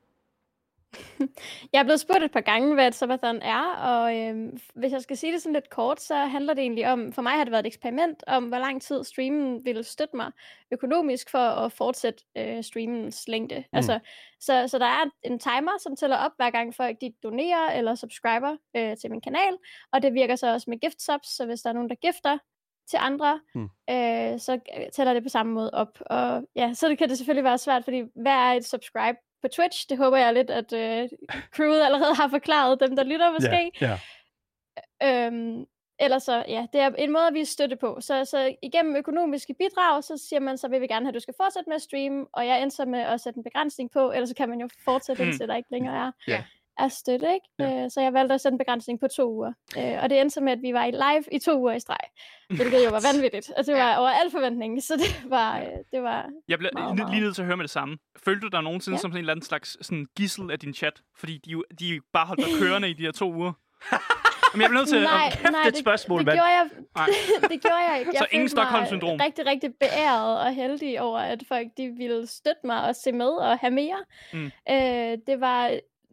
Speaker 8: Jeg er blevet spurgt et par gange, hvad et subathon er, og øhm, hvis jeg skal sige det sådan lidt kort, så handler det egentlig om, for mig har det været et eksperiment om, hvor lang tid streamen ville støtte mig økonomisk for at fortsætte øh, streamens længde. Mm. Altså, så, så der er en timer, som tæller op, hver gang folk de donerer eller subscriber øh, til min kanal, og det virker så også med gift subs, så hvis der er nogen, der gifter til andre, mm. øh, så tæller det på samme måde op. Og ja, så kan det selvfølgelig være svært, fordi hvad er et subscribe på Twitch? Det håber jeg lidt, at øh, crewet allerede har forklaret, dem der lytter måske.
Speaker 2: Ja, ja.
Speaker 8: Øhm, ellers så, ja, det er en måde at vise støtte på. Så, så igennem økonomiske bidrag, så siger man, så vil vi gerne have, at du skal fortsætte med at streame, og jeg endte så med at sætte en begrænsning på, ellers så kan man jo fortsætte, indtil der ikke længere er.
Speaker 2: Ja.
Speaker 8: er støtte, ikke?
Speaker 2: Ja.
Speaker 8: Øh, så jeg valgte at sætte en begrænsning på to uger. Øh, og det endte så med, at vi var i live i to uger i streg. Hvilket jo var vanvittigt. Og det var over al forventning. Så det var, øh, det var
Speaker 4: Jeg bliver
Speaker 8: meget,
Speaker 4: lige,
Speaker 8: meget.
Speaker 4: lige nødt til at høre med det samme. Følte du dig nogensinde
Speaker 8: Ja.
Speaker 4: som sådan en eller anden slags sådan gissel af din chat? Fordi de, jo- de bare holdt dig kørende i de her to uger. Men jeg bliver nødt til
Speaker 8: Nej,
Speaker 4: at...
Speaker 2: kæft,
Speaker 8: nej,
Speaker 2: et
Speaker 8: det,
Speaker 2: spørgsmål,
Speaker 8: det,
Speaker 2: mand.
Speaker 8: gjorde jeg,
Speaker 4: Nej.
Speaker 8: det gjorde jeg ikke. Jeg
Speaker 4: Så ingen
Speaker 8: følte mig
Speaker 4: Stockholm-syndrom?
Speaker 8: rigtig, rigtig beæret og heldig over, at folk de ville støtte mig og se med og have mere.
Speaker 4: Mm.
Speaker 8: Øh, det var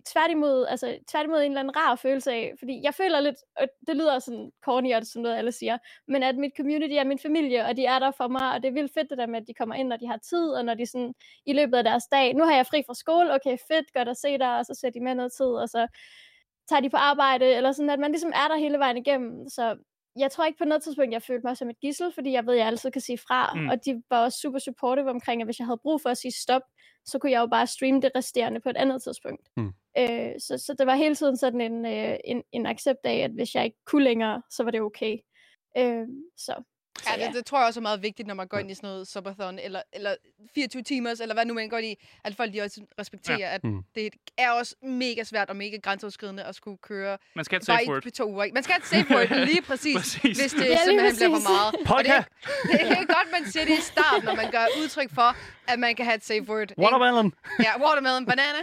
Speaker 8: tværtimod, altså, tværtimod en eller anden rar følelse af, fordi jeg føler lidt, og det lyder sådan corny, og sådan noget, alle siger, men at mit community er min familie, og de er der for mig, og det er vildt fedt det der med, at de kommer ind, når de har tid, og når de sådan i løbet af deres dag, nu har jeg fri fra skole, okay, fedt, godt at se dig, og så ser de med noget tid, og så tager de på arbejde, eller sådan, at man ligesom er der hele vejen igennem, så jeg tror ikke på noget tidspunkt, jeg følte mig som et gidsel, fordi jeg ved, at jeg altid kan sige fra, mm. og de var også super supportive omkring, at hvis jeg havde brug for at sige stop, så kunne jeg jo bare streame det resterende på et andet tidspunkt. Mm. Øh, så, så det var hele tiden sådan en, øh, en, en accept af, at hvis jeg ikke kunne længere, så var det okay. Øh, så...
Speaker 3: Ja, det, det tror jeg også er meget vigtigt, når man går ind i sådan noget subathon, eller, eller fireogtyve timers, eller hvad nu man går ind i, at folk de også respekterer, ja. at mm. det er også mega svært og mega grænseoverskridende at skulle køre
Speaker 4: man skal have et safe word.
Speaker 3: På to uger. Man skal have et safe word, lige præcis, præcis. hvis det ja, simpelthen bliver for meget. Og det, det er helt godt, man siger det i starten, når man gør udtryk for, at man kan have et safe word.
Speaker 2: Watermelon.
Speaker 3: Ja, watermelon, banana.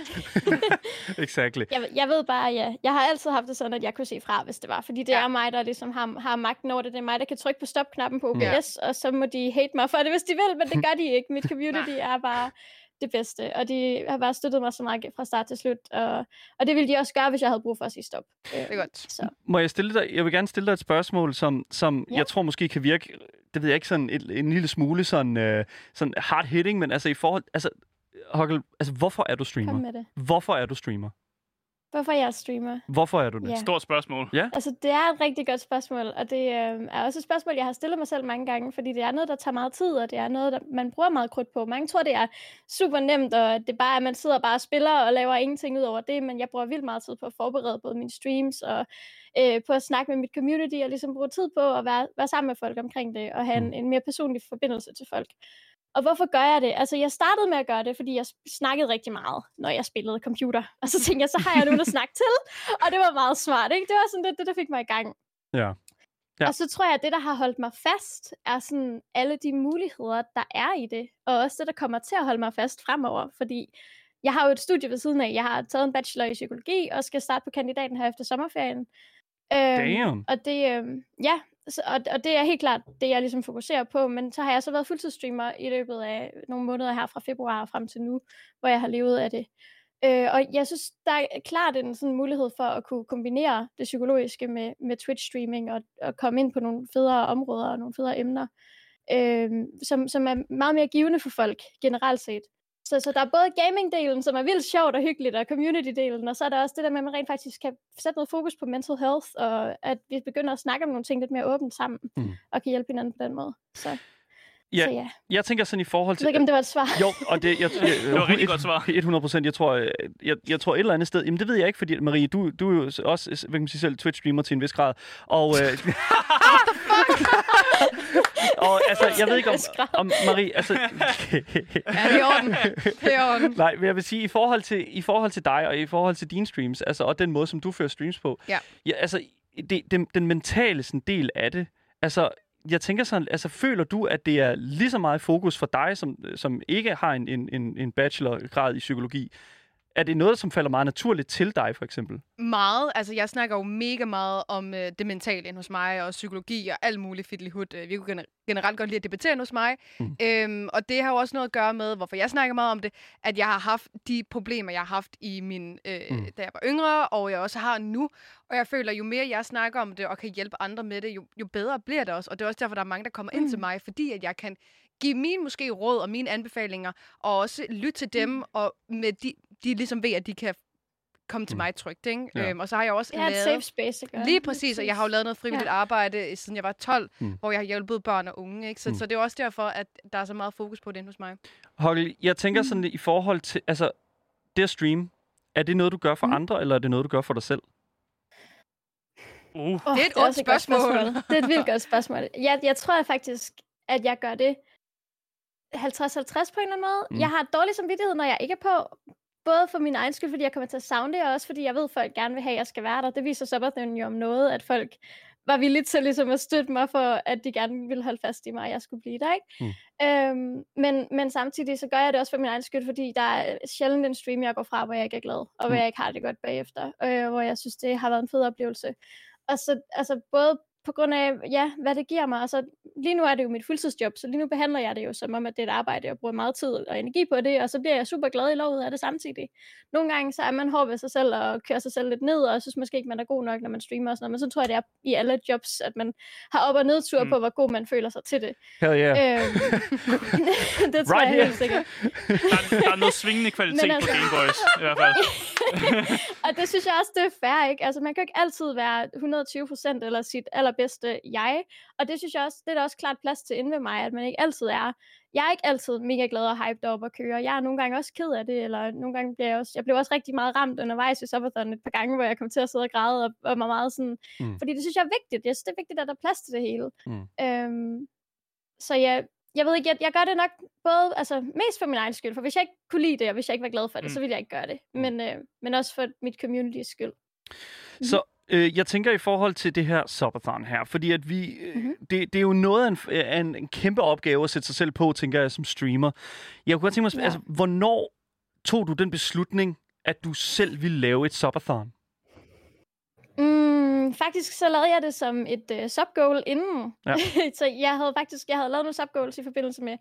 Speaker 2: Exactly.
Speaker 8: Jeg, jeg ved bare, ja. Jeg har altid haft det sådan, at jeg kunne se fra, hvis det var. Fordi det ja. er mig, der ligesom har, har magten over det. Det er mig, der kan trykke på stop-knappen på O B S, mm. og så må de hate mig for det, hvis de vil, men det gør de ikke. Mit community er bare det bedste, og de har bare støttet mig så meget fra start til slut, og, og det ville de også gøre, hvis jeg havde brug for at sige stop.
Speaker 3: Det er godt.
Speaker 8: Så.
Speaker 2: Må jeg stille dig, jeg vil gerne stille dig et spørgsmål, som, som ja. jeg tror måske kan virke, det ved jeg ikke, sådan en, en lille smule sådan, uh, sådan hard hitting, men altså i forhold, altså, Huggle, altså hvorfor er du streamer?
Speaker 8: Kom med det.
Speaker 2: Hvorfor er du streamer?
Speaker 8: Hvorfor jeg er streamer?
Speaker 2: Hvorfor er du det?
Speaker 8: Ja.
Speaker 4: Stort spørgsmål.
Speaker 2: Ja.
Speaker 8: Altså, det er et rigtig godt spørgsmål, og det øh, er også et spørgsmål, jeg har stillet mig selv mange gange, fordi det er noget, der tager meget tid, og det er noget, der man bruger meget krudt på. Mange tror, det er super nemt, og det er bare, at man sidder og bare spiller og laver ingenting ud over det, men jeg bruger vildt meget tid på at forberede både mine streams og øh, på at snakke med mit community, og ligesom bruge tid på at være, være sammen med folk omkring det, og have en, en mere personlig forbindelse til folk. Og hvorfor gør jeg det? Altså, jeg startede med at gøre det, fordi jeg snakkede rigtig meget, når jeg spillede computer. Og så tænkte jeg, så har jeg nogen at snakke til. Og det var meget smart, ikke? Det var sådan det, det der fik mig i gang.
Speaker 2: Ja. Ja.
Speaker 8: Og så tror jeg, at det, der har holdt mig fast, er sådan alle de muligheder, der er i det. Og også det, der kommer til at holde mig fast fremover. Fordi jeg har jo et studie ved siden af. Jeg har taget en bachelor i psykologi, og skal starte på kandidaten her efter sommerferien.
Speaker 2: Damn.
Speaker 8: Øhm, og det, øhm, ja, så, og, og det er helt klart det, jeg ligesom fokuserer på, men så har jeg så været fuldtidsstreamer i løbet af nogle måneder her fra februar og frem til nu, hvor jeg har levet af det. Øh, og jeg synes, der er klart en sådan mulighed for at kunne kombinere det psykologiske med, med Twitch-streaming og, og komme ind på nogle federe områder og nogle federe emner, øh, som, som er meget mere givende for folk generelt set. Så, så der er både gaming-delen, som er vildt sjovt og hyggeligt, og community-delen, og så er der også det der med, at man rent faktisk kan sætte noget fokus på mental health, og at vi begynder at snakke om nogle ting lidt mere åbent sammen, mm. og kan hjælpe hinanden på den måde. Så,
Speaker 2: ja,
Speaker 8: så ja.
Speaker 2: Jeg tænker sådan i forhold til...
Speaker 8: Jeg ved ikke, om det var et svar.
Speaker 2: Jo, og det, jeg, jeg,
Speaker 4: det var et rigtig godt svar.
Speaker 3: ja, det er orden. Det er orden.
Speaker 2: Nej, men jeg vil sige, i forhold til, i forhold til dig, og i forhold til dine streams, altså, og den måde, som du fører streams på,
Speaker 3: ja.
Speaker 2: Ja, altså, det, den, den mentale sådan, del af det, altså, jeg tænker sådan, altså, føler du, at det er lige så meget fokus for dig, som, som ikke har en, en, en, en bachelorgrad i psykologi? Er det noget, som falder meget naturligt til dig, for eksempel?
Speaker 3: Meget. Altså, jeg snakker jo mega meget om øh, det mentale hos mig, og psykologi og alt muligt fiddly-hud. Vi kunne gener- generelt godt lide at debattere hos mig. Mm. Øhm, og det har jo også noget at gøre med, hvorfor jeg snakker meget om det, at jeg har haft de problemer, jeg har haft i min, øh, mm. da jeg var yngre, og jeg også har nu. Og jeg føler, jo mere jeg snakker om det, og kan hjælpe andre med det, jo, jo bedre bliver det også. Og det er også derfor, der er mange, der kommer mm. ind til mig, fordi at jeg kan give mine måske råd og mine anbefalinger, og også lytte til dem, mm. og med de, de ligesom ved, at de kan komme til mig trygt, ikke? Ja. Øhm, og så har jeg også
Speaker 8: jeg
Speaker 3: lavet...
Speaker 8: safe space, ikke?
Speaker 3: Lige præcis, og jeg har jo lavet noget frivilligt ja. arbejde, siden jeg var tolv, mm. hvor jeg har hjulpet børn og unge, ikke? Så, mm. så det er også derfor, at der er så meget fokus på det hos mig.
Speaker 2: Huggle, jeg tænker mm. sådan i forhold til, altså, det at streame, er det noget, du gør for mm. andre, eller er det noget, du gør for dig selv?
Speaker 3: Uh. Oh, det er et ondt spørgsmål.
Speaker 8: spørgsmål. Det er et vildt godt spørgsmål. Jeg, jeg tror faktisk, at jeg gør det halvtreds halvtreds på en eller anden måde. Mm. Jeg har dårlig samvittighed, når jeg ikke er på. Både for min egen skyld, fordi jeg kommer til at savne det, og også fordi jeg ved, at folk gerne vil have, at jeg skal være der. Det viser Subathon jo om noget, at folk var villige til ligesom at støtte mig for, at de gerne ville holde fast i mig, og jeg skulle blive der, ikke? Mm. Øhm, men, men samtidig så gør jeg det også for min egen skyld, fordi der er sjældent en stream, jeg går fra, hvor jeg ikke er glad, og hvor mm. jeg ikke har det godt bagefter, øh, hvor jeg synes, det har været en fed oplevelse. Og så altså både på grund af, ja, hvad det giver mig. Altså, lige nu er det jo mit fuldtidsjob, så lige nu behandler jeg det jo som om, at det er et arbejde, jeg bruger meget tid og energi på det, og så bliver jeg super glad i lovet af det samtidig. Nogle gange så er man hård ved sig selv og kører sig selv lidt ned, og jeg synes måske ikke, man er god nok, når man streamer og sådan noget, men så tror jeg, det er i alle jobs, at man har op- og nedtur mm. på, hvor god man føler sig til det.
Speaker 2: Hell yeah.
Speaker 8: Øhm, det tror
Speaker 2: right
Speaker 8: jeg
Speaker 2: here.
Speaker 8: helt sikkert.
Speaker 4: Der, der er noget svingende kvalitet altså, på Game Boys, i hvert fald.
Speaker 8: Og det synes jeg også, det er fair, ikke? Altså, man kan jo ikke altid være hundrede og tyve procent eller sit allerbedste jeg. Og det synes jeg også, det er der også klart plads til inde ved mig, at man ikke altid er. Jeg er ikke altid mega glad og hyped op at køre. Jeg er nogle gange også ked af det, eller nogle gange bliver jeg også, jeg blev også rigtig meget ramt undervejs i Subathon et par gange, hvor jeg kom til at sidde og græde, og, og var meget sådan, mm. fordi det synes jeg er vigtigt. Jeg synes, det er vigtigt, at der er plads til det hele. Mm. Øhm, så jeg, jeg ved ikke, jeg, jeg gør det nok både, altså mest for min egen skyld, for hvis jeg ikke kunne lide det, og hvis jeg ikke var glad for det, mm. så ville jeg ikke gøre det. Men, øh, men også for mit communitys skyld. Mm.
Speaker 2: Så øh, jeg tænker i forhold til det her Subathon her, fordi at vi, øh, mm-hmm. det, det er jo noget af en, af en, en kæmpe opgave at sætte sig selv på, tænker jeg, som streamer. Jeg kunne godt tænke mig at spørge, ja. altså, hvornår tog du den beslutning, at du selv ville lave et Subathon?
Speaker 8: Mm, faktisk så lavede jeg det som et uh, subgoal inden. Ja. Så jeg havde faktisk jeg havde lavet nogle subgoals i forbindelse med,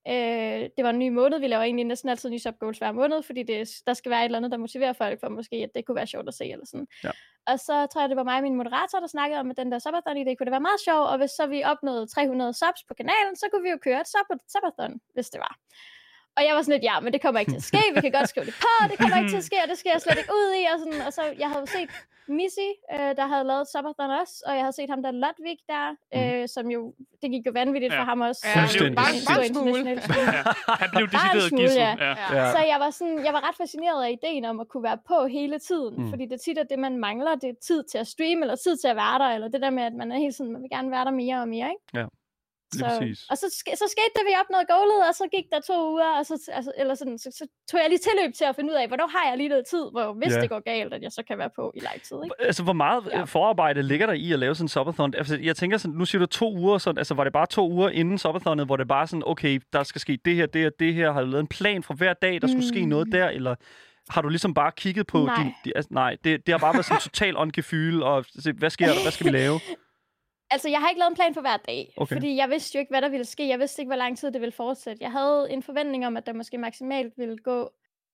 Speaker 8: øh, det var en ny måned. Vi laver egentlig næsten altid nye subgoals hver måned, fordi det, der skal være et eller andet, der motiverer folk for måske, at det kunne være sjovt at se eller sådan. Ja. Og så tror jeg, det var mig og min moderator, der snakkede om, at den der Subathon-idé kunne det være meget sjov, og hvis så vi opnåede tre hundrede subs på kanalen, så kunne vi jo køre et Subathon, hvis det var. Og jeg var sådan lidt, ja, men det kommer ikke til at ske, vi kan godt skrive det på, det kommer ikke til at ske, og det skal jeg slet ikke ud i, og sådan, og så, jeg havde set Missy, øh, der havde lavet Subathon også, og jeg havde set ham der Ludwig der, øh, som jo, det gik jo vanvittigt ja. for ham også.
Speaker 3: Ja, det var bare en smule.
Speaker 4: Ja. Han blev decideret gissel.
Speaker 8: Ja. Ja. Ja. Så jeg var sådan, jeg var ret fascineret af ideen om at kunne være på hele tiden, mm. fordi det tit er det, man mangler, det er tid til at streame, eller tid til at være der, eller det der med, at man er hele tiden, man vil gerne være der mere og mere, ikke? Ja. Så, og så, så skete det, vi opnåede goalet, og så gik der to uger, og så, altså, eller sådan, så, så tog jeg lige tilløb til at finde ud af, hvornår har jeg lige noget tid, hvor hvis yeah. det går galt, at jeg så kan være på i live-tid. Ikke?
Speaker 2: Altså, hvor meget ja. forarbejde ligger der i at lave sådan en Subathon? Altså, jeg tænker sådan, nu siger du to uger, sådan, altså var det bare to uger inden Subathonet, hvor det bare sådan, okay, der skal ske det her, det her, det her, har du lavet en plan for hver dag, der skulle mm. ske noget der, eller har du ligesom bare kigget på
Speaker 8: nej.
Speaker 2: din... De, altså, nej, det, det har bare været sådan total on-gefyle, og se, hvad sker der, hvad skal vi lave?
Speaker 8: Altså, jeg har ikke lavet en plan for hver dag, okay. fordi jeg vidste jo ikke, hvad der ville ske. Jeg vidste ikke, hvor lang tid det ville fortsætte. Jeg havde en forventning om, at der måske maksimalt ville gå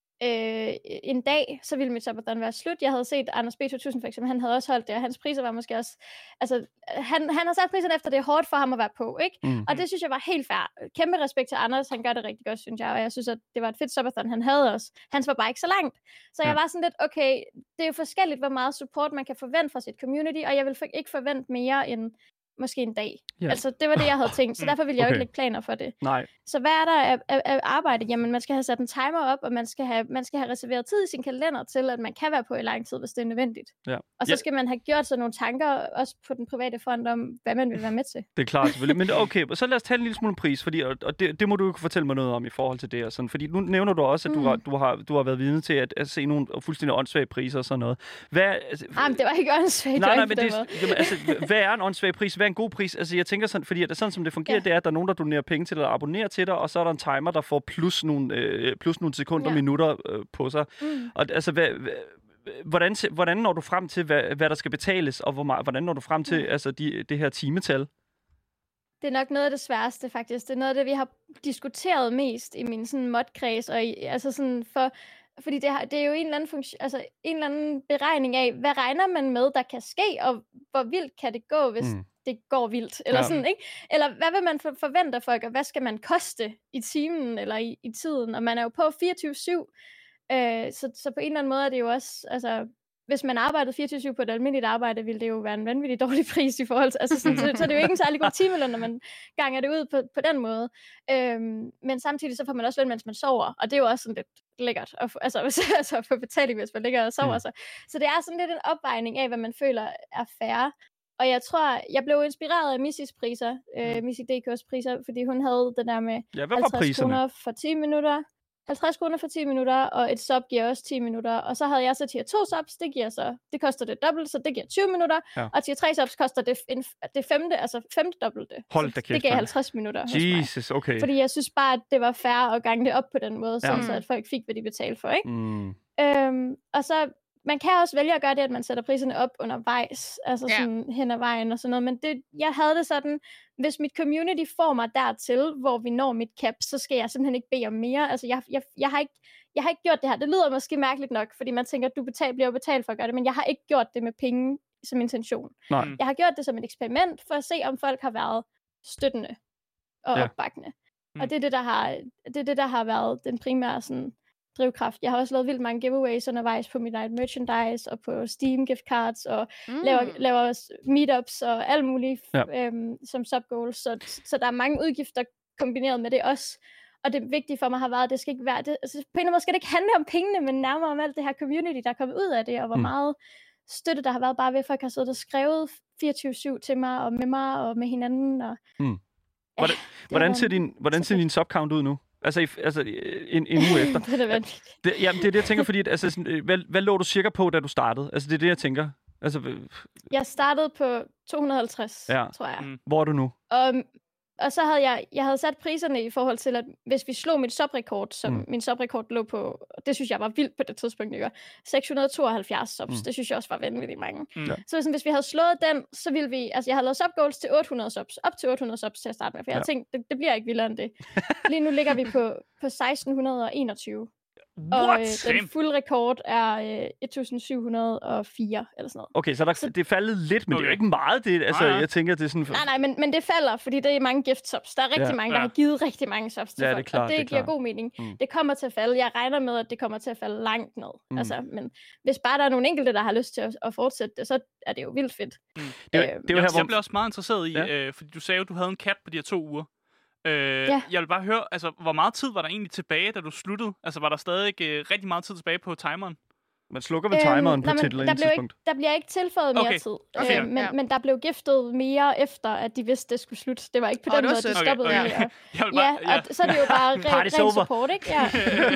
Speaker 8: øh, en dag, så ville mit Subathon være slut. Jeg havde set Anders B to tusind for eksempel, han havde også holdt det, og hans priser var måske også... Altså, han, han har sat priserne efter, det er hårdt for ham at være på, ikke? Mm. Og det synes jeg var helt fair. Kæmpe respekt til Anders, han gør det rigtig godt, synes jeg, og jeg synes, at det var et fedt Subathon, han havde også. Hans var bare ikke så langt. Så ja. jeg var sådan lidt, okay, det er jo forskelligt, hvor meget support man kan forvente fra sit community, og jeg vil ikke forvente mere end måske en dag. Yeah. Altså, det var det, jeg havde tænkt, så derfor ville jeg okay. jo ikke lægge planer for det. Nej. Så hvad er der af, af, af arbejde? Jamen, man skal have sat en timer op, og man skal, have, man skal have reserveret tid i sin kalender til, at man kan være på i lang tid, hvis det er nødvendigt. Ja. Og så yeah. skal man have gjort sig nogle tanker, også på den private front, om hvad man vil være med til. Det er klart, selvfølgelig. Men okay, så lad os tale en lille smule om pris, fordi, og det, det må du jo kunne fortælle mig noget om i forhold til det. Og sådan, fordi nu nævner du også, at du, mm. har, du, har, du har været vidne til at, at se nogle fuldstændig åndssvage priser og sådan noget. Hvad, altså, Jamen, det var ikke åndssvagt.
Speaker 2: Nej, nej, men det, jamen, altså, hvad er en åndssvag pris? Hvad er en god pris? Altså, jeg tænker sådan, fordi at det, sådan som det fungerer, ja. det er, at der er nogen, der donerer penge til dig og abonnerer til dig, og så er der en timer, der får plus nogle, øh, plus nogle sekunder, ja. minutter øh, på sig. Mm. Og altså, hvad, hvordan, hvordan når du frem til, hvad, hvad der skal betales, og hvor meget, hvordan når du frem til mm. altså, de, det her timetal?
Speaker 8: Det er nok noget af det sværeste, faktisk. Det er noget af det, vi har diskuteret mest i min sådan modkreds, og i, altså sådan for... Fordi det, har, det er jo en eller, anden funktion, altså en eller anden beregning af, hvad regner man med, der kan ske, og hvor vildt kan det gå, hvis mm. det går vildt, eller ja. sådan, ikke? Eller hvad vil man for, forvente af folk, og hvad skal man koste i timen, eller i, i tiden? Og man er jo på fireogtyve syv, øh, så, så på en eller anden måde er det jo også, altså... Hvis man arbejdede fireogtyve syv på et almindeligt arbejde, ville det jo være en vanvittig dårlig pris i forhold til... Altså sådan, så, så er det jo ikke en særlig god timeløn, når man ganger det ud på, på den måde. Øhm, men samtidig så får man også løn, mens man sover, og det er jo også sådan lidt lækkert at få, altså, altså få betaling, hvis man ligger og sover. Mm. Så. så det er sådan lidt en opvejning af, hvad man føler er fair. Og jeg tror, jeg blev inspireret af Missys priser, øh, Missy D K's priser, fordi hun havde det der med
Speaker 2: ja, hvad var
Speaker 8: halvtreds
Speaker 2: priserne?
Speaker 8: Kroner for ti minutter. halvtreds kroner for ti minutter, og et sub giver også ti minutter. Og så havde jeg så tier to subs, det giver så, det koster det dobbelt, så det giver tyve minutter. Ja. Og tier tre subs koster det, en, det femte, altså femte dobbelte.
Speaker 2: Hold da kæft.
Speaker 8: Det gav halvtreds minutter
Speaker 2: Jesus, okay.
Speaker 8: Fordi jeg synes bare, at det var fair at gange det op på den måde, ja. sådan så at folk fik, hvad de betalte for, ikke? Mm. Øhm, og så man kan også vælge at gøre det, at man sætter priserne op undervejs, altså
Speaker 3: Ja.
Speaker 8: sådan hen ad vejen og sådan noget, men det, jeg havde det sådan, hvis mit community får mig dertil, hvor vi når mit cap, så skal jeg simpelthen ikke bede om mere. Altså, jeg, jeg, jeg, har ikke, jeg har ikke gjort det her. Det lyder måske mærkeligt nok, fordi man tænker, at du betal, bliver betalt for at gøre det, men jeg har ikke gjort det med penge som intention.
Speaker 2: Nej.
Speaker 8: Jeg har gjort det som et eksperiment, for at se, om folk har været støttende og
Speaker 2: Ja.
Speaker 8: opbakkende. Og det er det, der har, det er det, der har været den primære sådan, drivkraft. Jeg har også lavet vildt mange giveaways undervejs på Midnight Merchandise og på Steam gift cards og
Speaker 3: Mm.
Speaker 8: laver, laver meetups og alt muligt
Speaker 2: Ja.
Speaker 8: øhm, som subgoals. Så, så der er mange udgifter kombineret med det også. Og det vigtige for mig har været, at det skal ikke være... Det, altså, på en eller anden måde skal det ikke handle om pengene, men nærmere om alt det her community, der er kommet ud af det, og hvor
Speaker 2: Mm.
Speaker 8: meget støtte, der har været bare ved, at folk har siddet og skrevet fireogtyve syv til mig, og med mig, og med hinanden. Og,
Speaker 2: Mm.
Speaker 8: Ja,
Speaker 2: Hvordan,
Speaker 8: det
Speaker 2: hvordan
Speaker 8: har
Speaker 2: ser
Speaker 8: været
Speaker 2: din, hvordan
Speaker 8: så
Speaker 2: ser
Speaker 8: fedt.
Speaker 2: din subcount ud nu? Altså, i, altså en, en uge efter.
Speaker 8: det er da vanvittigt.
Speaker 2: Det, jamen, det er det, jeg tænker, fordi... At, altså, sådan, øh, hvad, hvad lå du cirka på, da du startede? Altså, det er det, jeg tænker. Altså, øh,
Speaker 8: Jeg startede på to hundrede og halvtreds,
Speaker 2: Ja.
Speaker 8: tror jeg.
Speaker 4: Mm.
Speaker 2: hvor er du nu?
Speaker 8: Og, og så havde jeg, jeg havde sat priserne i forhold til, at hvis vi slog mit subrekord, som
Speaker 2: Mm.
Speaker 8: mm. min subrekord lå på, det synes jeg var vildt på det tidspunkt, ikke? seks hundrede og tooghalvfjerds subs,
Speaker 2: Mm.
Speaker 8: mm. det synes jeg også var vanvittigt mange.
Speaker 4: Mm.
Speaker 2: Ja.
Speaker 8: Så sådan, hvis vi havde slået den, så ville vi, altså jeg havde lavet subgoals til otte hundrede subs, op til otte hundrede subs til at starte med, for jeg
Speaker 2: Ja.
Speaker 8: havde tænkt, det, det bliver ikke vildere end det. Lige nu ligger vi på, på seksten enogtyve. Og øh,
Speaker 2: What?
Speaker 8: den fulde rekord er øh, et tusind syv hundrede og fire, eller sådan noget.
Speaker 2: Okay, så, der, det er faldet lidt, men okay. det er jo
Speaker 4: Okay.
Speaker 2: ikke meget. Det, altså,
Speaker 4: Nej, nej.
Speaker 2: jeg tænker, det er sådan...
Speaker 8: Nej, nej, men, men det falder, fordi det er mange gift subs. Der er rigtig
Speaker 2: Ja.
Speaker 8: ja. mange, der
Speaker 4: Ja.
Speaker 8: har givet rigtig mange subs til
Speaker 2: Ja, det er
Speaker 8: folk,
Speaker 2: klart,
Speaker 8: og det,
Speaker 2: det er
Speaker 8: giver
Speaker 2: klart.
Speaker 8: god mening.
Speaker 2: Mm.
Speaker 8: Mm. Det kommer til at falde. Jeg regner med, at det kommer til at falde langt ned.
Speaker 2: Mm.
Speaker 8: Mm. Altså, men hvis bare der er nogle enkelte, der har lyst til at, at fortsætte det, så er det jo vildt fedt.
Speaker 2: Det er, jo-
Speaker 8: Øh,
Speaker 2: det er jo
Speaker 4: Jeg,
Speaker 2: her, hvor...
Speaker 4: jeg blev også meget interesseret i,
Speaker 2: Ja.
Speaker 4: ja. øh, fordi du sagde jo, du havde en cap på de her to uger. Øh,
Speaker 8: Ja.
Speaker 4: Jeg vil bare høre, altså, hvor meget tid var der egentlig tilbage, da du sluttede? Altså, var der stadig øh, rigtig meget tid tilbage på timeren?
Speaker 2: Man slukker ved timeren
Speaker 8: Øhm,
Speaker 2: på
Speaker 8: nej, men
Speaker 2: et eller
Speaker 8: der
Speaker 2: andet
Speaker 8: blev
Speaker 2: tidspunkt.
Speaker 8: Ikke, der bliver ikke tilføjet mere
Speaker 4: Okay.
Speaker 8: tid.
Speaker 4: Okay.
Speaker 8: Øh, men,
Speaker 3: Ja.
Speaker 8: men der blev giftet mere efter, at de vidste, det skulle slutte. Det var ikke på
Speaker 3: Åh,
Speaker 8: den
Speaker 3: det var
Speaker 8: måde, de
Speaker 3: sødt.
Speaker 8: stoppede
Speaker 4: Okay,
Speaker 8: med
Speaker 4: okay.
Speaker 8: at
Speaker 4: Jeg vil bare,
Speaker 8: Ja, og så er det jo bare ren,
Speaker 2: Party's
Speaker 8: ren
Speaker 2: over.
Speaker 8: support, ikke? Ja,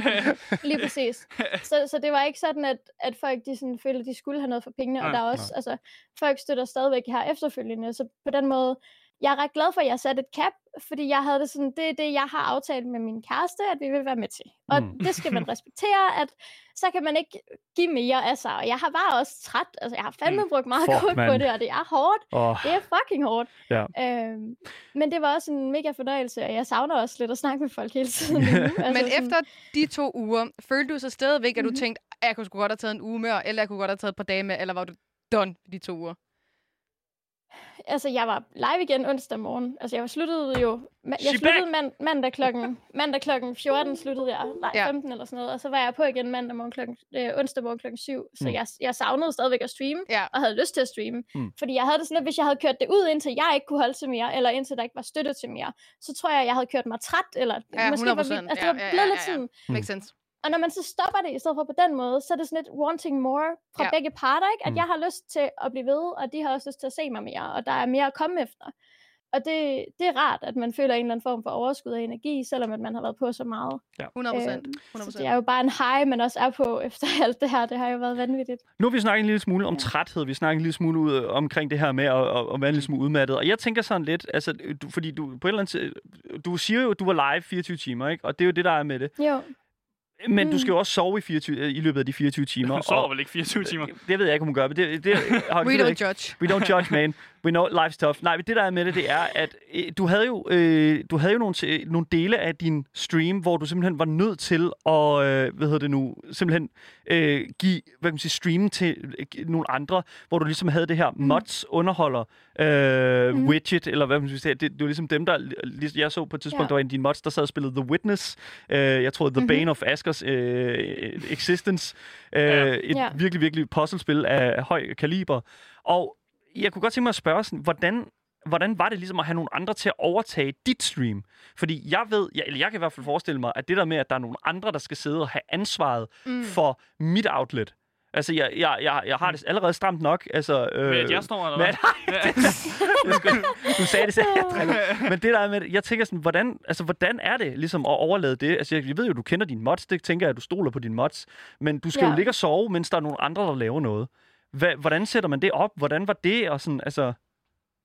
Speaker 8: lige præcis. Så, så det var ikke sådan, at, at folk de sådan følte, at de skulle have noget for pengene,
Speaker 4: Nej,
Speaker 8: og der er også, altså, folk støtter stadigvæk her efterfølgende, så på den måde, jeg er ret glad for, at jeg satte et cap, fordi jeg havde det sådan, det er det, jeg har aftalt med min kæreste, at vi vil være med til. Og
Speaker 2: Mm.
Speaker 8: det skal man respektere, at så kan man ikke give mere af sig. Og jeg har bare også træt, altså jeg har fandme brugt meget
Speaker 2: Fuck,
Speaker 8: krudt på
Speaker 2: mand.
Speaker 8: det, og det er hårdt.
Speaker 2: Oh,
Speaker 8: Det er fucking hårdt.
Speaker 2: Ja.
Speaker 8: Øhm, men det var også en mega fornøjelse, og jeg savner også lidt at snakke med folk hele tiden. nu. Altså,
Speaker 3: Men
Speaker 8: sådan-
Speaker 3: efter de to uger, følte du så stadigvæk, at du
Speaker 8: Mhm.
Speaker 3: tænkte, at jeg kunne sgu godt have taget en uge mere, eller jeg kunne godt have taget et par dage med, eller var du done de to uger?
Speaker 8: Altså, jeg var live igen onsdag morgen. Altså, jeg var sluttede jo... Ma- jeg
Speaker 2: She
Speaker 8: sluttede mand- mandag klokken... mandag klokken fjorten sluttede jeg. Nej,
Speaker 3: Ja.
Speaker 8: femten eller sådan noget. Og så var jeg på igen mandag morgen klokken... Øh, onsdag morgen klokken syv. Så
Speaker 2: Mm.
Speaker 8: jeg, jeg savnede stadigvæk at streame.
Speaker 3: Ja.
Speaker 8: Og havde lyst til at streame.
Speaker 2: Mm.
Speaker 8: Fordi jeg havde det sådan, at hvis jeg havde kørt det ud, indtil jeg ikke kunne holde til mere, eller indtil der ikke var støtte til mere, så tror jeg, jeg havde kørt mig træt, eller
Speaker 3: Ja,
Speaker 8: måske
Speaker 3: hundrede
Speaker 8: var vi,
Speaker 3: procent.
Speaker 8: altså,
Speaker 3: Ja,
Speaker 8: det var
Speaker 3: ja,
Speaker 8: blevet
Speaker 3: ja,
Speaker 8: lidt
Speaker 3: ja, ja.
Speaker 8: sådan...
Speaker 3: Makes sense.
Speaker 8: Og når man så stopper det, i stedet for på den måde, så er det sådan lidt wanting more fra
Speaker 3: Ja.
Speaker 8: begge parter, ikke? At
Speaker 2: Mm.
Speaker 8: jeg har lyst til at blive ved, og de har også lyst til at se mig mere, og der er mere at komme efter. Og det, det er rart, at man føler en eller anden form for overskud af energi, selvom at man har været på så meget.
Speaker 3: hundrede procent.
Speaker 8: Øhm,
Speaker 3: hundrede
Speaker 8: Så det er jo bare en high, man også er på efter alt det her. Det har jo været vanvittigt.
Speaker 2: Nu har vi snakket en lille smule om
Speaker 8: Ja.
Speaker 2: træthed. Vi snakker en lille smule ud omkring det her med at, at, at være en lille smule udmattet. Og jeg tænker sådan lidt, altså, du, fordi du på et eller andet, du siger jo, at du var live fireogtyve timer, ikke? Og det er jo det, der er med det.
Speaker 8: Jo.
Speaker 2: Men
Speaker 8: Mm.
Speaker 2: du skal jo også sove i, fireogtyve, i løbet af de fireogtyve timer.
Speaker 4: Hun sover
Speaker 2: og
Speaker 4: vel ikke fireogtyve timer?
Speaker 2: det ved jeg ikke, om hun gør, men det, det, har,
Speaker 3: We
Speaker 2: det ved jeg
Speaker 3: don't
Speaker 2: ikke.
Speaker 3: judge.
Speaker 2: We don't judge, man. We know life stuff. Nej, men det der er med det, det er, at øh, du havde jo, øh, du havde jo nogle, øh, nogle dele af din stream, hvor du simpelthen var nødt til at, øh, hvad hedder det nu, simpelthen øh, give, hvad kan man sige, streamen til øh, nogle andre, hvor du ligesom havde det her
Speaker 8: Mm.
Speaker 2: mods underholder øh,
Speaker 8: Mm.
Speaker 2: widget, eller hvad man skal sige. Det, det var ligesom dem, der, lig- jeg så på et tidspunkt,
Speaker 8: Ja.
Speaker 2: der var en af dine mods, der sad og spillede The Witness. Øh, jeg tror, The
Speaker 8: Mhm.
Speaker 2: Bane of Askers øh, Existence. Øh,
Speaker 4: Ja.
Speaker 2: et
Speaker 8: Ja.
Speaker 2: virkelig, virkelig puzzlespil af, af høj kaliber. Og jeg kunne godt tænke mig at spørge, sådan, hvordan, hvordan var det ligesom at have nogle andre til at overtage dit stream? Fordi jeg ved, jeg, eller jeg kan i hvert fald forestille mig, at det der med, at der er nogle andre, der skal sidde og have ansvaret
Speaker 3: Mm.
Speaker 2: for mit outlet. Altså, jeg, jeg, jeg, jeg har det allerede stramt nok. Altså, øh,
Speaker 4: Med at jeg står, eller
Speaker 2: med,
Speaker 4: hvad?
Speaker 2: nej, det, det skulle, du sagde det selv, jeg driller. Men det der er med, jeg tænker sådan, hvordan, altså, hvordan er det ligesom at overlade det? Altså, jeg, jeg ved jo, du kender dine mods, det tænker jeg, at du stoler på dine mods. Men du skal
Speaker 8: Ja.
Speaker 2: jo ligge og sove, mens der er nogle andre, der laver noget. Hva, hvordan sætter man det op? Hvordan var det? Og sådan, altså...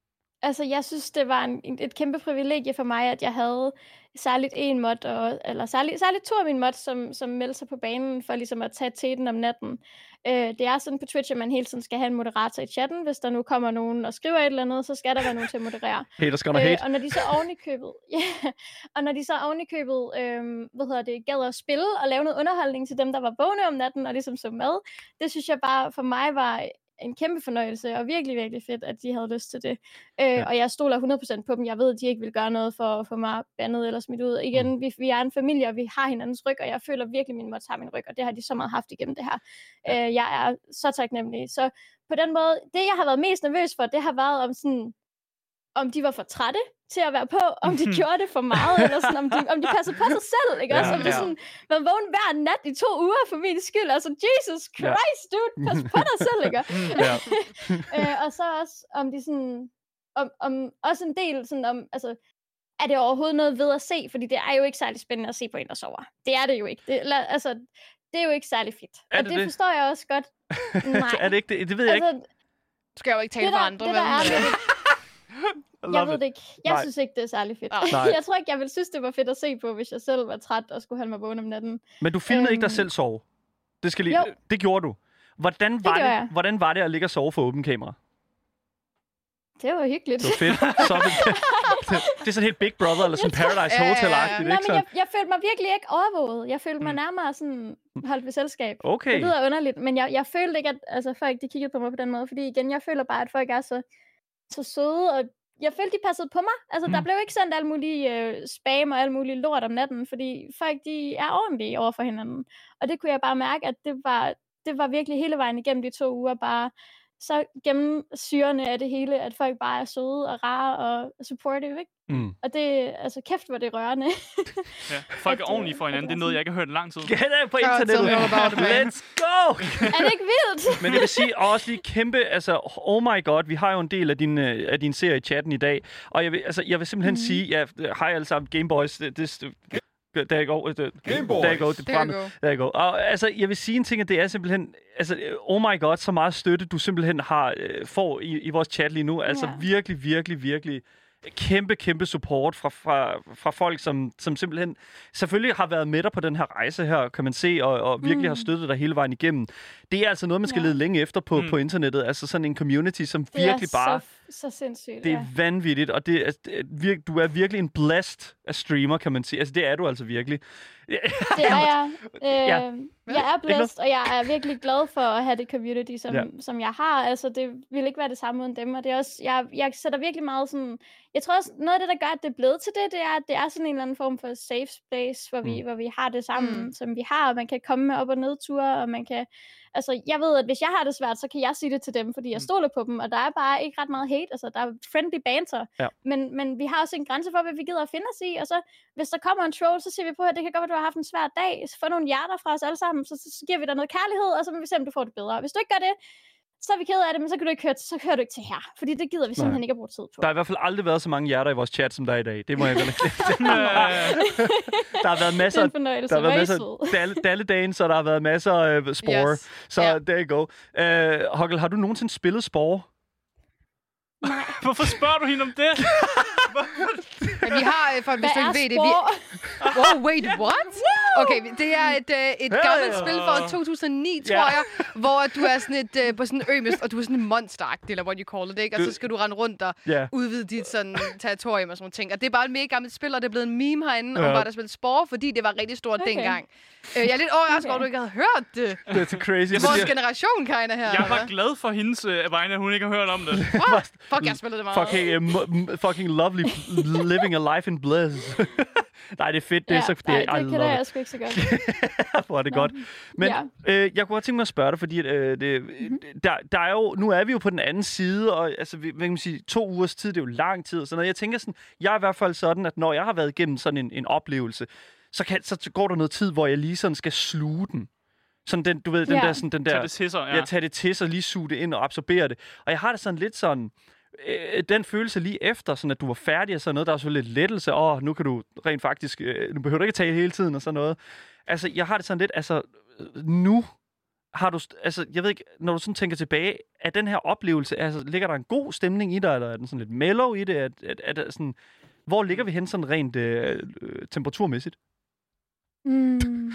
Speaker 8: Altså, jeg synes, det var en, et kæmpe privilegie for mig, at jeg havde særligt en mod, og, eller særligt, særligt to af mine mods, som, som meldte sig på banen for ligesom at tage teten om natten. Øh, det er sådan på Twitch, at man hele tiden skal have en moderator i chatten. Hvis der nu kommer nogen og skriver et eller andet, så skal der være nogen til at moderere.
Speaker 2: Haters gonna hate.
Speaker 8: Øh, og når de så oven i købet, yeah, og når de så oven i købet, øh, hvad hedder det, gad at spille og lave noget underholdning til dem, der var vågne om natten, og ligesom så med, det synes jeg bare for mig var en kæmpe fornøjelse, og virkelig, virkelig fedt, at de havde lyst til det. Øh, ja. Og jeg stoler hundrede procent på dem. Jeg ved, at de ikke vil gøre noget for, for mig bandet eller smidt ud. Igen, mm. vi, vi er en familie, og vi har hinandens ryg, og jeg føler virkelig, at min mods har min ryg, og det har de så meget haft igennem det her. Ja. Øh, jeg er så taknemmelig. Så på den måde, det jeg har været mest nervøs for, det har været om sådan, om de var for trætte til at være på, om de gjorde det for meget, eller sådan, om de, om de passede på sig selv, ikke ja, også? Om de ja. sådan, var vågen hver nat i to uger for min skyld, altså, Jesus Christ, ja. dude, pas på dig selv, ikke? Ja. øh, og så også, om de sådan, om, om også en del sådan om, altså, er det overhovedet noget ved at se, fordi det er jo ikke særlig spændende at se på en, der sover. Det er det jo ikke. Det, altså, det er jo ikke særlig fedt.
Speaker 2: Er
Speaker 8: og
Speaker 2: det,
Speaker 8: det, det forstår jeg også godt. Nej.
Speaker 2: Er det ikke det? Det ved jeg
Speaker 3: altså,
Speaker 2: ikke.
Speaker 3: Du skal jo ikke tale
Speaker 8: det,
Speaker 3: for
Speaker 8: der,
Speaker 3: andre,
Speaker 8: det, der er, Jeg ved
Speaker 2: it.
Speaker 8: det ikke. Jeg
Speaker 2: Nej.
Speaker 8: synes ikke, det er særlig fedt.
Speaker 2: Nej.
Speaker 8: Jeg tror ikke, jeg ville synes, det var fedt at se på, hvis jeg selv var træt og skulle holde mig vågen om natten.
Speaker 2: Men du filmede øhm... ikke dig selv sove? Det, skal lige... det gjorde du. Hvordan var det, det hvordan var det at ligge og sove for åben kamera?
Speaker 8: Det var hyggeligt.
Speaker 2: Det var fedt. Så det, det, det er sådan helt Big Brother eller sådan Paradise Hotel-agtigt,
Speaker 8: Nej,
Speaker 2: ikke
Speaker 8: men jeg, jeg følte mig virkelig ikke overvåget. Jeg følte mig nærmere sådan holdt ved selskab.
Speaker 2: Okay.
Speaker 8: Det lyder underligt, men jeg, jeg følte ikke, at altså, folk de kiggede på mig på den måde. Fordi igen, jeg føler bare, at folk er så, så søde, og jeg følte, de passede på mig. Altså, mm. der blev ikke sendt alt muligt øh, spam og alt muligt lort om natten, fordi folk, de er ordentlige over for hinanden. Og det kunne jeg bare mærke, at det var, det var virkelig hele vejen igennem de to uger bare så gennemsyrende af det hele, at folk bare er søde og rare og supportive, ikke?
Speaker 2: Mm.
Speaker 8: Og det, altså kæft, hvor det rørende.
Speaker 4: Ja, folk er ordentlige for hinanden. Det er noget, jeg ikke har hørt i lang tid.
Speaker 2: Ja, det er på internettet. Let's go!
Speaker 8: Er det ikke vildt?
Speaker 2: Men jeg vil sige også lige kæmpe, altså, oh my god, vi har jo en del af din, af din serie i chatten i dag, og jeg vil, altså, jeg vil simpelthen mm. sige, ja, hej alle sammen, Gameboys, det, det, der er go, der er go, det programmet, der er go. Og altså, jeg vil sige en ting, at det er simpelthen, altså, oh my god, så meget støtte, du simpelthen har, får i, i vores chat lige nu, altså, ja. virkelig, virkelig, virkelig kæmpe, kæmpe support fra, fra, fra folk, som, som simpelthen selvfølgelig har været med dig på den her rejse her, kan man se, og, og virkelig mm. har støttet dig hele vejen igennem. Det er altså noget, man skal ja. lede længe efter på, mm. på internettet. Altså sådan en community, som det virkelig bare...
Speaker 8: Så, så sindssygt,
Speaker 2: det er
Speaker 8: ja.
Speaker 2: vanvittigt, og det er, vir, du er virkelig en blessed af streamer, kan man sige. Altså, det er du altså virkelig.
Speaker 8: Det er jeg. Øh, ja. Jeg er blessed, og jeg er virkelig glad for at have det community, som, ja. som jeg har. Altså, det ville ikke være det samme uden dem, og det er også... Jeg, jeg sætter virkelig meget sådan... Jeg tror også, noget af det, der gør, at det er blevet til det, det er, at det er sådan en eller anden form for safe space, hvor, mm. vi, hvor vi har det sammen, mm. som vi har, og man kan komme med op- og nedture, og man kan... Altså, jeg ved, at hvis jeg har det svært, så kan jeg sige det til dem, fordi jeg stoler på dem, og der er bare ikke ret meget hate, altså, der er friendly banter,
Speaker 2: ja.
Speaker 8: men, men vi har også en grænse for, hvad vi gider at finde os i, og så, hvis der kommer en troll, så siger vi på, at det kan godt være, at du har haft en svær dag, så få nogle hjerter fra os alle sammen, så, så, så giver vi dig noget kærlighed, og så må vi se, om du får det bedre. Hvis du ikke gør det, så er vi ked af det, men så kan du ikke høre, så hører du ikke til her, fordi det gider vi simpelthen Nej. ikke at bruge tid på.
Speaker 2: Der har i hvert fald aldrig været så mange hjerter i vores chat, som der er i dag. Det må jeg vel ikke. Der har været masser af der har været masser dalle, dalledagen, så der har været masser af uh, spore. Yes. Så yeah. there you go. Uh, Hoggle, har du nogensinde spillet spore?
Speaker 8: Nej.
Speaker 4: Hvorfor spørger du hende om det?
Speaker 3: Ja, vi har, for hvis du ikke ved det, vi... Wow, wait, what? Okay, det er et, uh, et gammelt yeah. spil fra to tusind og ni, tror yeah. jeg, hvor du er sådan et, uh, på sådan en ø, og du er sådan en monsteragtig, eller what you call it, ikke? Og så skal du rende rundt og yeah. udvide dit sådan territorium og sådan ting. Og det er bare et mega gammelt spil, og det er blevet en meme herinde, yeah. om bare der spille Spore, fordi det var rigtig stort okay. dengang. Uh, jeg er lidt overrasket over, okay. at du ikke havde hørt det.
Speaker 2: Det er så crazy.
Speaker 3: Vores generation, kinda her.
Speaker 4: Jeg var glad for hendes uh, vegne, at hun ikke har hørt om det.
Speaker 3: What? Fuck, jeg spillede det meget.
Speaker 2: Fucking, uh, m- fucking lovely living a life in bliss. Nej, det er fedt. Det er
Speaker 8: ja,
Speaker 2: så det,
Speaker 8: nej, det kender jeg sgu ikke så godt.
Speaker 2: Hvor er det godt. Men ja. øh, jeg kunne godt tænke mig at spørge dig, fordi øh, det, mm-hmm. der, der er jo, nu er vi jo på den anden side, og altså, hvad kan man sige, to ugers tid, det er jo lang tid og sådan noget. Jeg tænker sådan, jeg er i hvert fald sådan, at når jeg har været igennem sådan en, en oplevelse, så, kan, så går der noget tid, hvor jeg lige sådan skal sluge den. Sådan den, du ved, den
Speaker 8: ja.
Speaker 2: der... Sådan, den der
Speaker 4: tag det til sig, ja.
Speaker 2: Ja, tage det til sig, lige suge det ind og absorbere det. Og jeg har det sådan lidt sådan... Øh, den følelse lige efter, sådan at du var færdig og sådan noget, der er så lidt lettelse. Åh, oh, nu kan du rent faktisk... Øh, nu behøver du ikke tale hele tiden og sådan noget. Altså, jeg har det sådan lidt... Altså, nu har du, altså, jeg ved ikke, når du sådan tænker tilbage, er den her oplevelse, altså, ligger der en god stemning i dig, eller er den sådan lidt mellow i det? Er, er, er der sådan, hvor ligger vi hen sådan rent øh, temperaturmæssigt?
Speaker 8: Mm.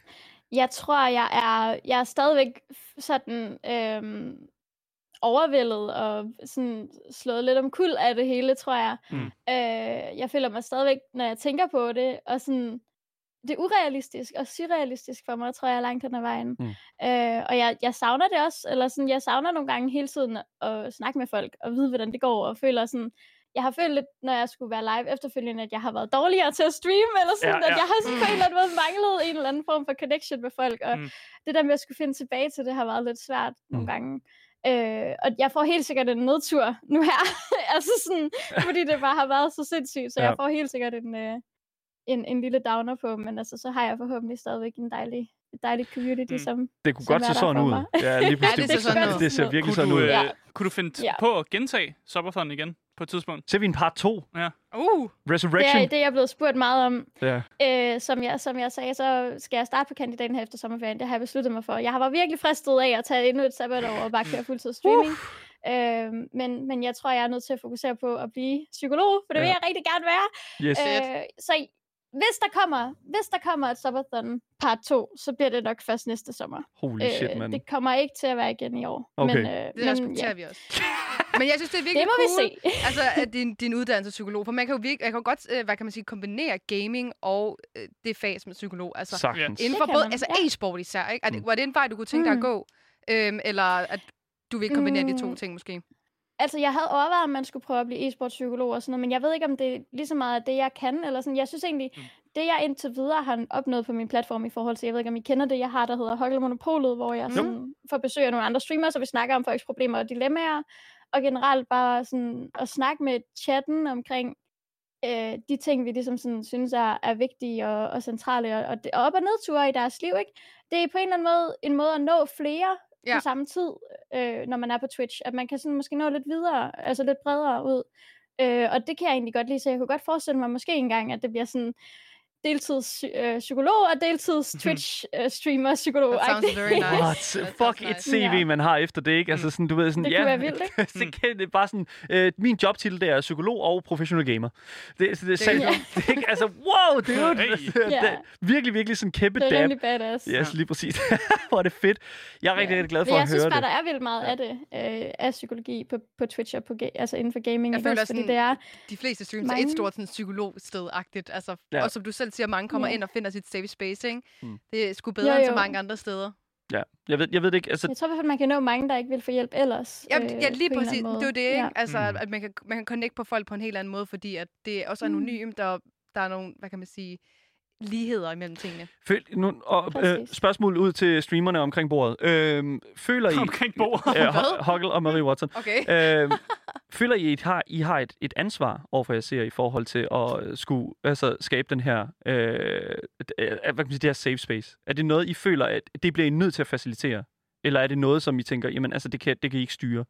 Speaker 8: Jeg tror, jeg er, jeg er stadigvæk sådan øhm, overvældet og sådan slået lidt om kul af det hele, tror jeg. Mm. Øh, jeg føler mig stadigvæk, når jeg tænker på det, og sådan, det er urealistisk og surrealistisk for mig, tror jeg, langt hen ad vejen. Mm. Øh, og jeg, jeg savner det også, eller sådan, jeg savner nogle gange hele tiden at snakke med folk og vide, hvordan det går, og føler sådan, jeg har følt lidt, når jeg skulle være live efterfølgende, at jeg har været dårligere til at streame, eller sådan, ja, ja. at jeg har sådan på en eller anden måde manglet en eller anden form for connection med folk, og mm. det der med at skulle finde tilbage til det, har været lidt svært mm. nogle gange. Øh, og jeg får helt sikkert en nedtur nu her, altså sådan, fordi det bare har været så sindssygt, så ja. jeg får helt sikkert en, øh, en, en lille downer på, men altså, så har jeg forhåbentlig stadigvæk en dejlig, et dejligt community, mm. som
Speaker 2: det kunne som godt se sådan ud. Ja, lige pludselig.
Speaker 3: ja, det, ser det,
Speaker 2: det ser virkelig sådan ud.
Speaker 4: Øh,
Speaker 2: ja.
Speaker 4: Kunne du finde ja. på at gentage Subathon igen på et tidspunkt?
Speaker 2: Ser vi en part to?
Speaker 4: Ja.
Speaker 3: Uh.
Speaker 2: Resurrection?
Speaker 8: Det er det, jeg er blevet spurgt meget om.
Speaker 2: Ja.
Speaker 8: Øh, som, jeg, som jeg sagde, så skal jeg starte på kandidaten her efter sommerferien. Det har jeg besluttet mig for. Jeg har været virkelig fristet af at tage endnu et sabbatår og bare køre fuldtid streaming. Uh. Øh, men, men jeg tror, jeg er nødt til at fokusere på at blive psykolog, for det ja. vil jeg rigtig gerne være.
Speaker 2: Yes.
Speaker 8: Øh, så hvis der kommer, hvis der kommer et Subathon part to, så bliver det nok først næste sommer.
Speaker 2: Holy øh, shit, man.
Speaker 8: Det kommer ikke til at være igen i år.
Speaker 2: Okay.
Speaker 8: Men, øh,
Speaker 3: det
Speaker 8: men,
Speaker 3: respekterer ja. vi også. Men jeg synes, det er virkelig
Speaker 8: det må
Speaker 3: cool,
Speaker 8: vi se.
Speaker 3: altså, at din, din uddannelse er psykolog. For man kan jo virkelig, jeg kan jo godt, øh, hvad kan man sige, kombinere gaming og øh, det fag som psykolog. Altså,
Speaker 2: Sagtens.
Speaker 3: inden for både, altså ja. e-sport især, ikke? Er det, var det en vej, du kunne tænke dig mm. at gå? Øhm, eller at du vil kombinere mm. de to ting måske?
Speaker 8: Altså, jeg havde overvejet, om man skulle prøve at blive e-sportspsykolog og sådan noget, men jeg ved ikke, om det er lige så meget af det, jeg kan, eller sådan. Jeg synes egentlig, mm. det jeg indtil videre har opnået på min platform i forhold til, jeg ved ikke, om I kender det, jeg har, der hedder Hoggle Monopolet, hvor jeg sådan, mm. får besøg af nogle andre streamere, så vi snakker om folks problemer og dilemmaer, og generelt bare sådan at snakke med chatten omkring øh, de ting, vi ligesom sådan, synes er, er vigtige og, og centrale, og, og, og op- og nedture i deres liv, ikke? Det er på en eller anden måde en måde at nå flere ja. på samme tid, øh, når man er på Twitch, at man kan sådan måske nå lidt videre, altså lidt bredere ud. Øh, og det kan jeg egentlig godt lide, så jeg kunne godt forestille mig måske engang, at det bliver sådan deltids øh, psykolog og deltids Twitch øh, streamer psykolog.
Speaker 3: That sounds very nice.
Speaker 2: What? Fuck et C V, man har efter det, ikke? Altså sådan, du ved sådan,
Speaker 8: det
Speaker 2: ja,
Speaker 8: kunne være vildt, ikke?
Speaker 2: det er bare sådan, øh, min jobtitel, det er psykolog og professional gamer. Det, det, det, det, ja. det er ikke, altså, wow, dude! Hey. Det er virkelig, virkelig sådan kæmpe dab.
Speaker 8: Det er rimelig badass.
Speaker 2: Yes, lige præcis. Hvor er det fedt. Jeg er rigtig, ja. rigtig glad for
Speaker 8: Men
Speaker 2: at høre det.
Speaker 8: jeg synes bare, der er vildt meget af det, øh, af psykologi på, på Twitch og på, altså inden for gaming.
Speaker 3: Jeg føler
Speaker 8: også,
Speaker 3: sådan,
Speaker 8: det er
Speaker 3: de fleste streams mange... er et stort sådan, psykologsted-agtigt. Altså, ja. Og som du selv siger, mange kommer ja. ind og finder sit safe space, ikke? Mm. Det er sgu bedre jo, jo. end så mange andre steder.
Speaker 2: Ja, jeg ved, jeg ved det ikke. Altså...
Speaker 8: Jeg tror i hvert fald, man kan nå mange, der ikke vil få hjælp ellers.
Speaker 3: Ja, øh, ja lige præcis. Det er jo det, ikke?
Speaker 8: Ja.
Speaker 3: Altså, mm. at man kan, man kan connecte på folk på en helt anden måde, fordi at det er også anonymt, og der er nogle, hvad kan man sige, ligheder imellem tingene.
Speaker 2: Føl, nu, og, øh, spørgsmål ud til streamerne omkring bordet. Øh, føler I...
Speaker 4: Omkring bordet?
Speaker 2: Øh, Hoggle og Marie Watson.
Speaker 3: Okay.
Speaker 2: øh, føler I, at har, I har et, et ansvar overfor jer ser i forhold til at skulle altså, skabe den her, øh, hvad kan man sige, det her safe space? Er det noget, I føler, at det bliver I nødt til at facilitere? Eller er det noget, som I tænker, jamen altså, det kan, det kan I ikke styre?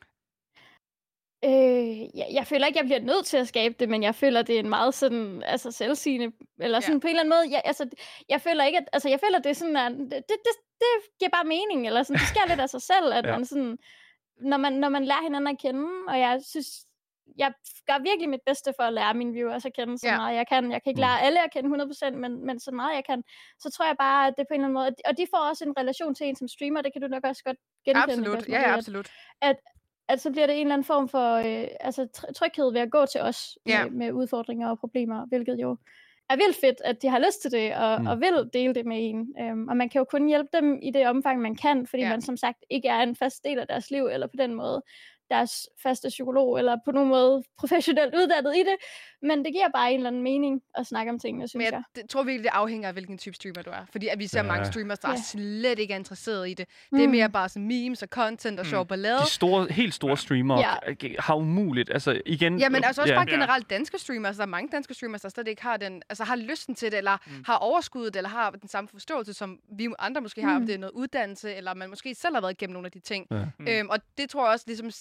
Speaker 8: Øh, jeg, jeg føler ikke, jeg bliver nødt til at skabe det, men jeg føler, det er en meget sådan, altså selvsigende, eller sådan ja. på en eller anden måde. Jeg, altså, jeg føler ikke, at, altså, jeg føler, det er sådan, at det, det, det giver bare mening, eller sådan, det sker lidt af sig selv, at ja. man sådan, når man, når man lærer hinanden at kende, og jeg synes, jeg gør virkelig mit bedste for at lære mine viewers at kende så ja. meget jeg kan. Jeg kan ikke lære alle at kende hundrede procent, men, men så meget jeg kan. Så tror jeg bare, at det på en eller anden måde, og de får også en relation til en som streamer, det kan du nok også godt genkende.
Speaker 3: Absolut, ja, ja, absolut.
Speaker 8: At, at så bliver det en eller anden form for øh, altså, tryghed ved at gå til os ja. med, med udfordringer og problemer, hvilket jo er vildt fedt, at de har lyst til det, og, mm. og vil dele det med en. Øhm, og man kan jo kun hjælpe dem i det omfang, man kan, fordi ja. man som sagt ikke er en fast del af deres liv, eller på den måde deres faste psykolog, eller på nogen måde professionelt uddannet i det, men det giver bare en eller anden mening at snakke om tingene, synes
Speaker 3: men jeg.
Speaker 8: jeg.
Speaker 3: jeg tror virkelig, det afhænger af, hvilken type streamer du er. Fordi at vi ser ja. mange streamers, der ja. er slet ikke interesseret i det. Det er mm. mere bare sådan memes og content og mm. sjov ballade.
Speaker 2: De store, helt store streamere ja. har umuligt, altså igen...
Speaker 3: Ja, men altså også
Speaker 2: ja.
Speaker 3: bare generelt danske streamers. Der er mange danske streamers, der slet ikke har den, altså har lysten til det, eller mm. har overskuddet, eller har den samme forståelse, som vi andre måske har, mm. om det er noget uddannelse, eller man måske selv har været igennem nogle af de ting. Ja. Mm. Øhm, og det tror jeg også ligesom...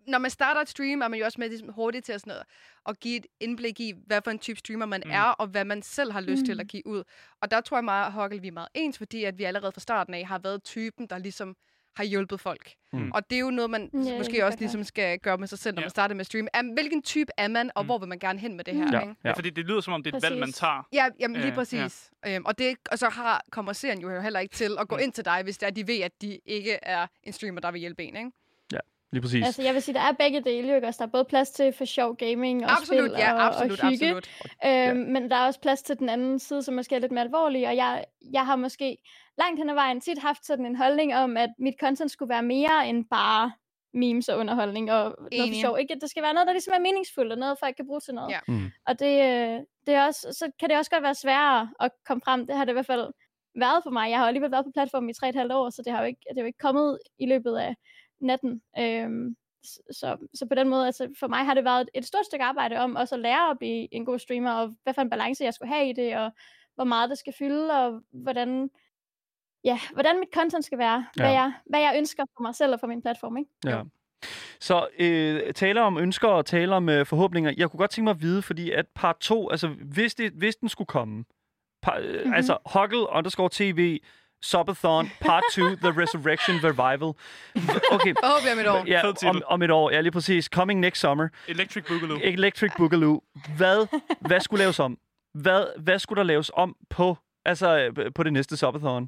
Speaker 3: når man starter et stream, er man jo også med ligesom, hurtigt til at, sådan noget, at give et indblik i, hvad for en type streamer man mm. er, og hvad man selv har lyst mm. til at give ud. Og der tror jeg meget, at Hoggle, vi er meget ens, fordi at vi allerede fra starten af har været typen, der ligesom har hjulpet folk. Mm. Og det er jo noget, man ja, måske også ligesom skal gøre med sig selv, når ja. man starter med at streame. Um, hvilken type er man, og mm. hvor vil man gerne hen med det her?
Speaker 4: Ja,
Speaker 3: ikke?
Speaker 4: ja. fordi det lyder som om, det er et valg, man tager.
Speaker 3: Ja, jamen, lige præcis. Ja. Um, og, det, og så har, kommer serien jo heller ikke til at gå mm. ind til dig, hvis det er, de ved, at de ikke er en streamer, der vil hjælpe en, ikke?
Speaker 2: Ja, lige præcis.
Speaker 8: Altså, jeg vil sige, der er begge dele, ikke? Der er både plads til for sjov gaming og
Speaker 3: absolut,
Speaker 8: spil
Speaker 3: ja,
Speaker 8: og,
Speaker 3: absolut,
Speaker 8: og hygge.
Speaker 3: Absolut.
Speaker 8: Øhm,
Speaker 2: ja.
Speaker 8: Men der er også plads til den anden side, som måske er lidt mere alvorlig, og jeg, jeg har måske langt hen ad vejen tit haft sådan en holdning om, at mit content skulle være mere end bare memes og underholdning og Enig. noget for sjov. Ikke? Det skal være noget, der ligesom er meningsfuldt, og noget, folk kan bruge til noget.
Speaker 3: Ja.
Speaker 2: Mm.
Speaker 8: Og det, det er også, så kan det også godt være sværere at komme frem. Det har det i hvert fald været for mig. Jeg har alligevel været på platformen i tre og et halvt år, så det har jo ikke, det har jo ikke kommet i løbet af natten. Øhm, så, så på den måde, altså for mig har det været et stort stykke arbejde om også at lære at blive en god streamer, og hvad for en balance jeg skulle have i det, og hvor meget det skal fylde, og hvordan, ja, hvordan mit content skal være, ja. hvad, jeg, hvad jeg ønsker for mig selv og for min platform, ikke?
Speaker 2: Ja. Så øh, taler om ønsker og taler om øh, forhåbninger. Jeg kunne godt tænke mig at vide, fordi at part to, altså hvis, det, hvis den skulle komme, par, øh, mm-hmm. altså Hoggle underscore tv, Subathon, part to, The Resurrection Revival. Okay.
Speaker 3: Forhåbentlig om et år.
Speaker 2: Ja, om, om et år, ja lige præcis. Coming next summer.
Speaker 4: Electric Boogaloo.
Speaker 2: Electric Boogaloo. Hvad, hvad skulle laves om? Hvad, hvad skulle der laves om på, altså, på det næste Subathon?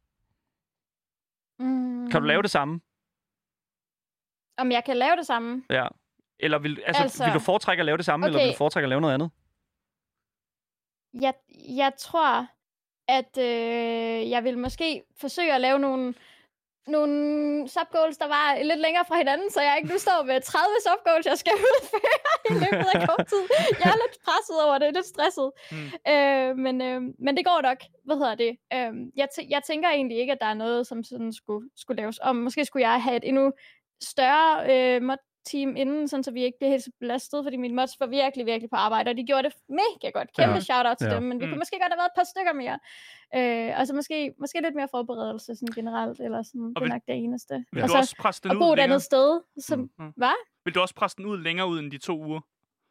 Speaker 8: Mm.
Speaker 2: Kan du lave det samme?
Speaker 8: Om jeg kan lave det samme?
Speaker 2: Ja. Eller vil, altså, altså, vil du foretrække at lave det samme, okay. eller vil du foretrække at lave noget andet?
Speaker 8: Jeg, jeg tror, at øh, jeg vil måske forsøge at lave nogle, nogle subgoals, der var lidt længere fra hinanden, så jeg ikke nu står med tredive subgoals, jeg skal udføre i løbet af kort tid. Jeg er lidt presset over det, lidt stresset. Mm. Øh, men, øh, men det går nok. Hvad hedder det? Øh, jeg, t- jeg tænker egentlig ikke, at der er noget, som sådan skulle, skulle laves om. Måske skulle jeg have et endnu større øh, mod-team inden, sådan, så vi ikke bliver helt så belastet, fordi mine mods var virkelig, virkelig på arbejde, og de gjorde det mega godt. Kæmpe ja. shout-out til ja. dem, men vi mm. kunne måske godt have været et par stykker mere. Øh, altså måske, måske lidt mere forberedelse sådan generelt, eller sådan, det er nok det eneste.
Speaker 4: Vil
Speaker 8: og
Speaker 4: du
Speaker 8: så,
Speaker 4: også presse den
Speaker 8: og
Speaker 4: ud
Speaker 8: bo et
Speaker 4: længere?
Speaker 8: andet sted. Som, mm. Mm. Hvad?
Speaker 4: Vil du også presse den ud længere ud end de to uger?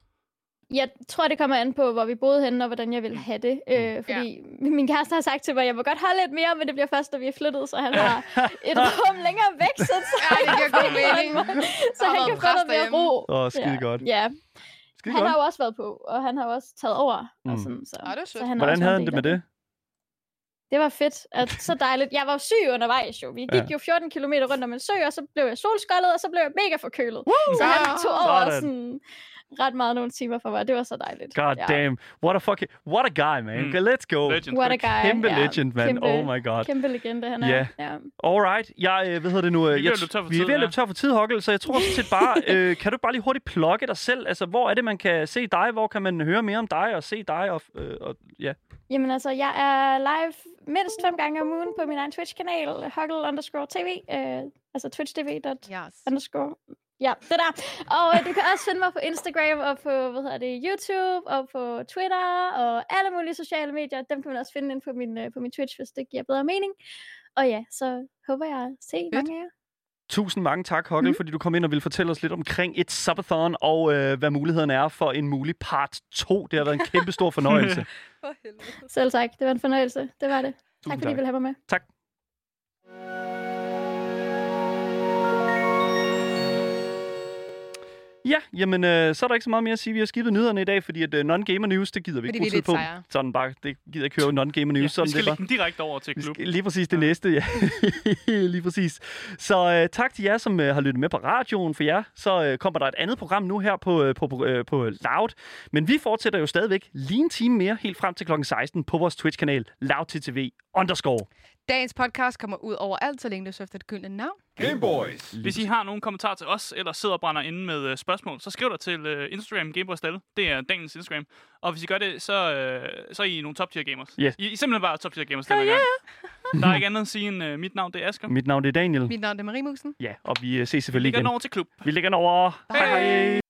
Speaker 8: Jeg tror, det kommer an på, hvor vi boede henne, og hvordan jeg vil have det. Øh, fordi ja. min kæreste har sagt til mig, at jeg må godt holde lidt mere, men det bliver først, når vi er flyttet, så han har et rum længere væk, så,
Speaker 3: ja, det giver god mening.
Speaker 8: så han kan få noget mere ro.
Speaker 2: Åh, oh, skide
Speaker 8: ja.
Speaker 2: godt.
Speaker 8: Ja.
Speaker 2: Skide
Speaker 8: han
Speaker 2: godt.
Speaker 8: har jo også været på, og han har jo også taget over.
Speaker 2: Mm.
Speaker 8: Og sådan, så,
Speaker 3: ja, det
Speaker 8: så han
Speaker 2: hvordan havde han det med det?
Speaker 8: Det var fedt. At, så dejligt. Jeg var jo syg undervejs jo. Vi gik ja. jo fjorten kilometer rundt om en sø, og så blev jeg solskoldet, og så blev jeg mega forkølet. Woo! Så han tog over sådan ret meget nogle timer for mig. Det var så dejligt.
Speaker 2: God
Speaker 8: ja.
Speaker 2: damn. What a fucking... What a guy, man. Mm. Let's go.
Speaker 4: Legend.
Speaker 8: What a guy.
Speaker 2: Kæmpe
Speaker 8: ja.
Speaker 2: legend, man.
Speaker 8: Kæmpe,
Speaker 2: oh my god.
Speaker 8: Kæmpe legende, han er.
Speaker 2: Yeah.
Speaker 8: Ja.
Speaker 2: Alright. Jeg, øh, hvad hedder det nu?
Speaker 4: Vi er ved at løbe tør for tid,
Speaker 2: Vi er ved at løbe tør for tid, Hoggle, så jeg tror sådan set bare, øh, kan du bare lige hurtigt plukke dig selv? Altså, hvor er det, man kan se dig? Hvor kan man høre mere om dig og se dig? Og, øh, og, ja.
Speaker 8: Jamen altså, jeg er live mindst fem gange om ugen på min egen Twitch-kanal, Hoggle underscore tv, øh, altså twitch tv dot underscore. Ja, det der. Og øh, du kan også finde mig på Instagram og på, hvad hedder det, YouTube og på Twitter og alle mulige sociale medier. Dem kan man også finde inde på min, øh, på min Twitch, hvis det giver bedre mening. Og ja, så håber jeg at se mange af jer.
Speaker 2: Tusind mange tak, Hoggle, mm. fordi du kom ind og ville fortælle os lidt omkring et subathon, og øh, hvad muligheden er for en mulig part to. Det har været en kæmpe stor fornøjelse.
Speaker 8: Selv tak. Det var en fornøjelse. Det var det.
Speaker 2: Tusind
Speaker 8: tak fordi I ville have mig med.
Speaker 2: Tak. Ja, jamen, øh, så er der ikke så meget mere at sige. Vi har skibet nyhederne i dag, fordi at uh, non-gamer news, det gider vi ikke bruge tid på.
Speaker 3: Sejre.
Speaker 2: Sådan bare, det gider ikke høre non-gamer news.
Speaker 4: Ja,
Speaker 2: sådan
Speaker 4: vi skal
Speaker 2: det
Speaker 4: lægge den direkte over til klub.
Speaker 2: Lige præcis det ja. næste, ja. Lige præcis. Så uh, tak til jer, som uh, har lyttet med på radioen. For jer, så uh, kommer der et andet program nu her på, uh, på, på, uh, på Loud. Men vi fortsætter jo stadigvæk lige en time mere, helt frem til klokken seksten på vores Twitch-kanal, LoudTTV underscore.
Speaker 3: Dagens podcast kommer ud overalt, så længe du søger efter et gyldent navn.
Speaker 1: Gameboys.
Speaker 4: Hvis I har nogle kommentarer til os, eller sidder og brænder inde med uh, spørgsmål, så skriv dig til uh, Instagram Gameboys Dalle. Det er Daniels Instagram. Og hvis I gør det, så, uh, så er I nogle top-tier gamers.
Speaker 2: Yes.
Speaker 4: I, I er simpelthen bare top-tier gamers denne gang. Der er ikke andet at sige end, uh, mit navn det er Asger.
Speaker 2: Mit navn det er Daniel.
Speaker 3: Mit navn det er Marie Musen.
Speaker 2: Ja, og vi uh, ses selvfølgelig
Speaker 4: igen. Vi lægger
Speaker 2: igen.
Speaker 4: over til klub.
Speaker 2: Vi lægger den over.
Speaker 4: Hej hej.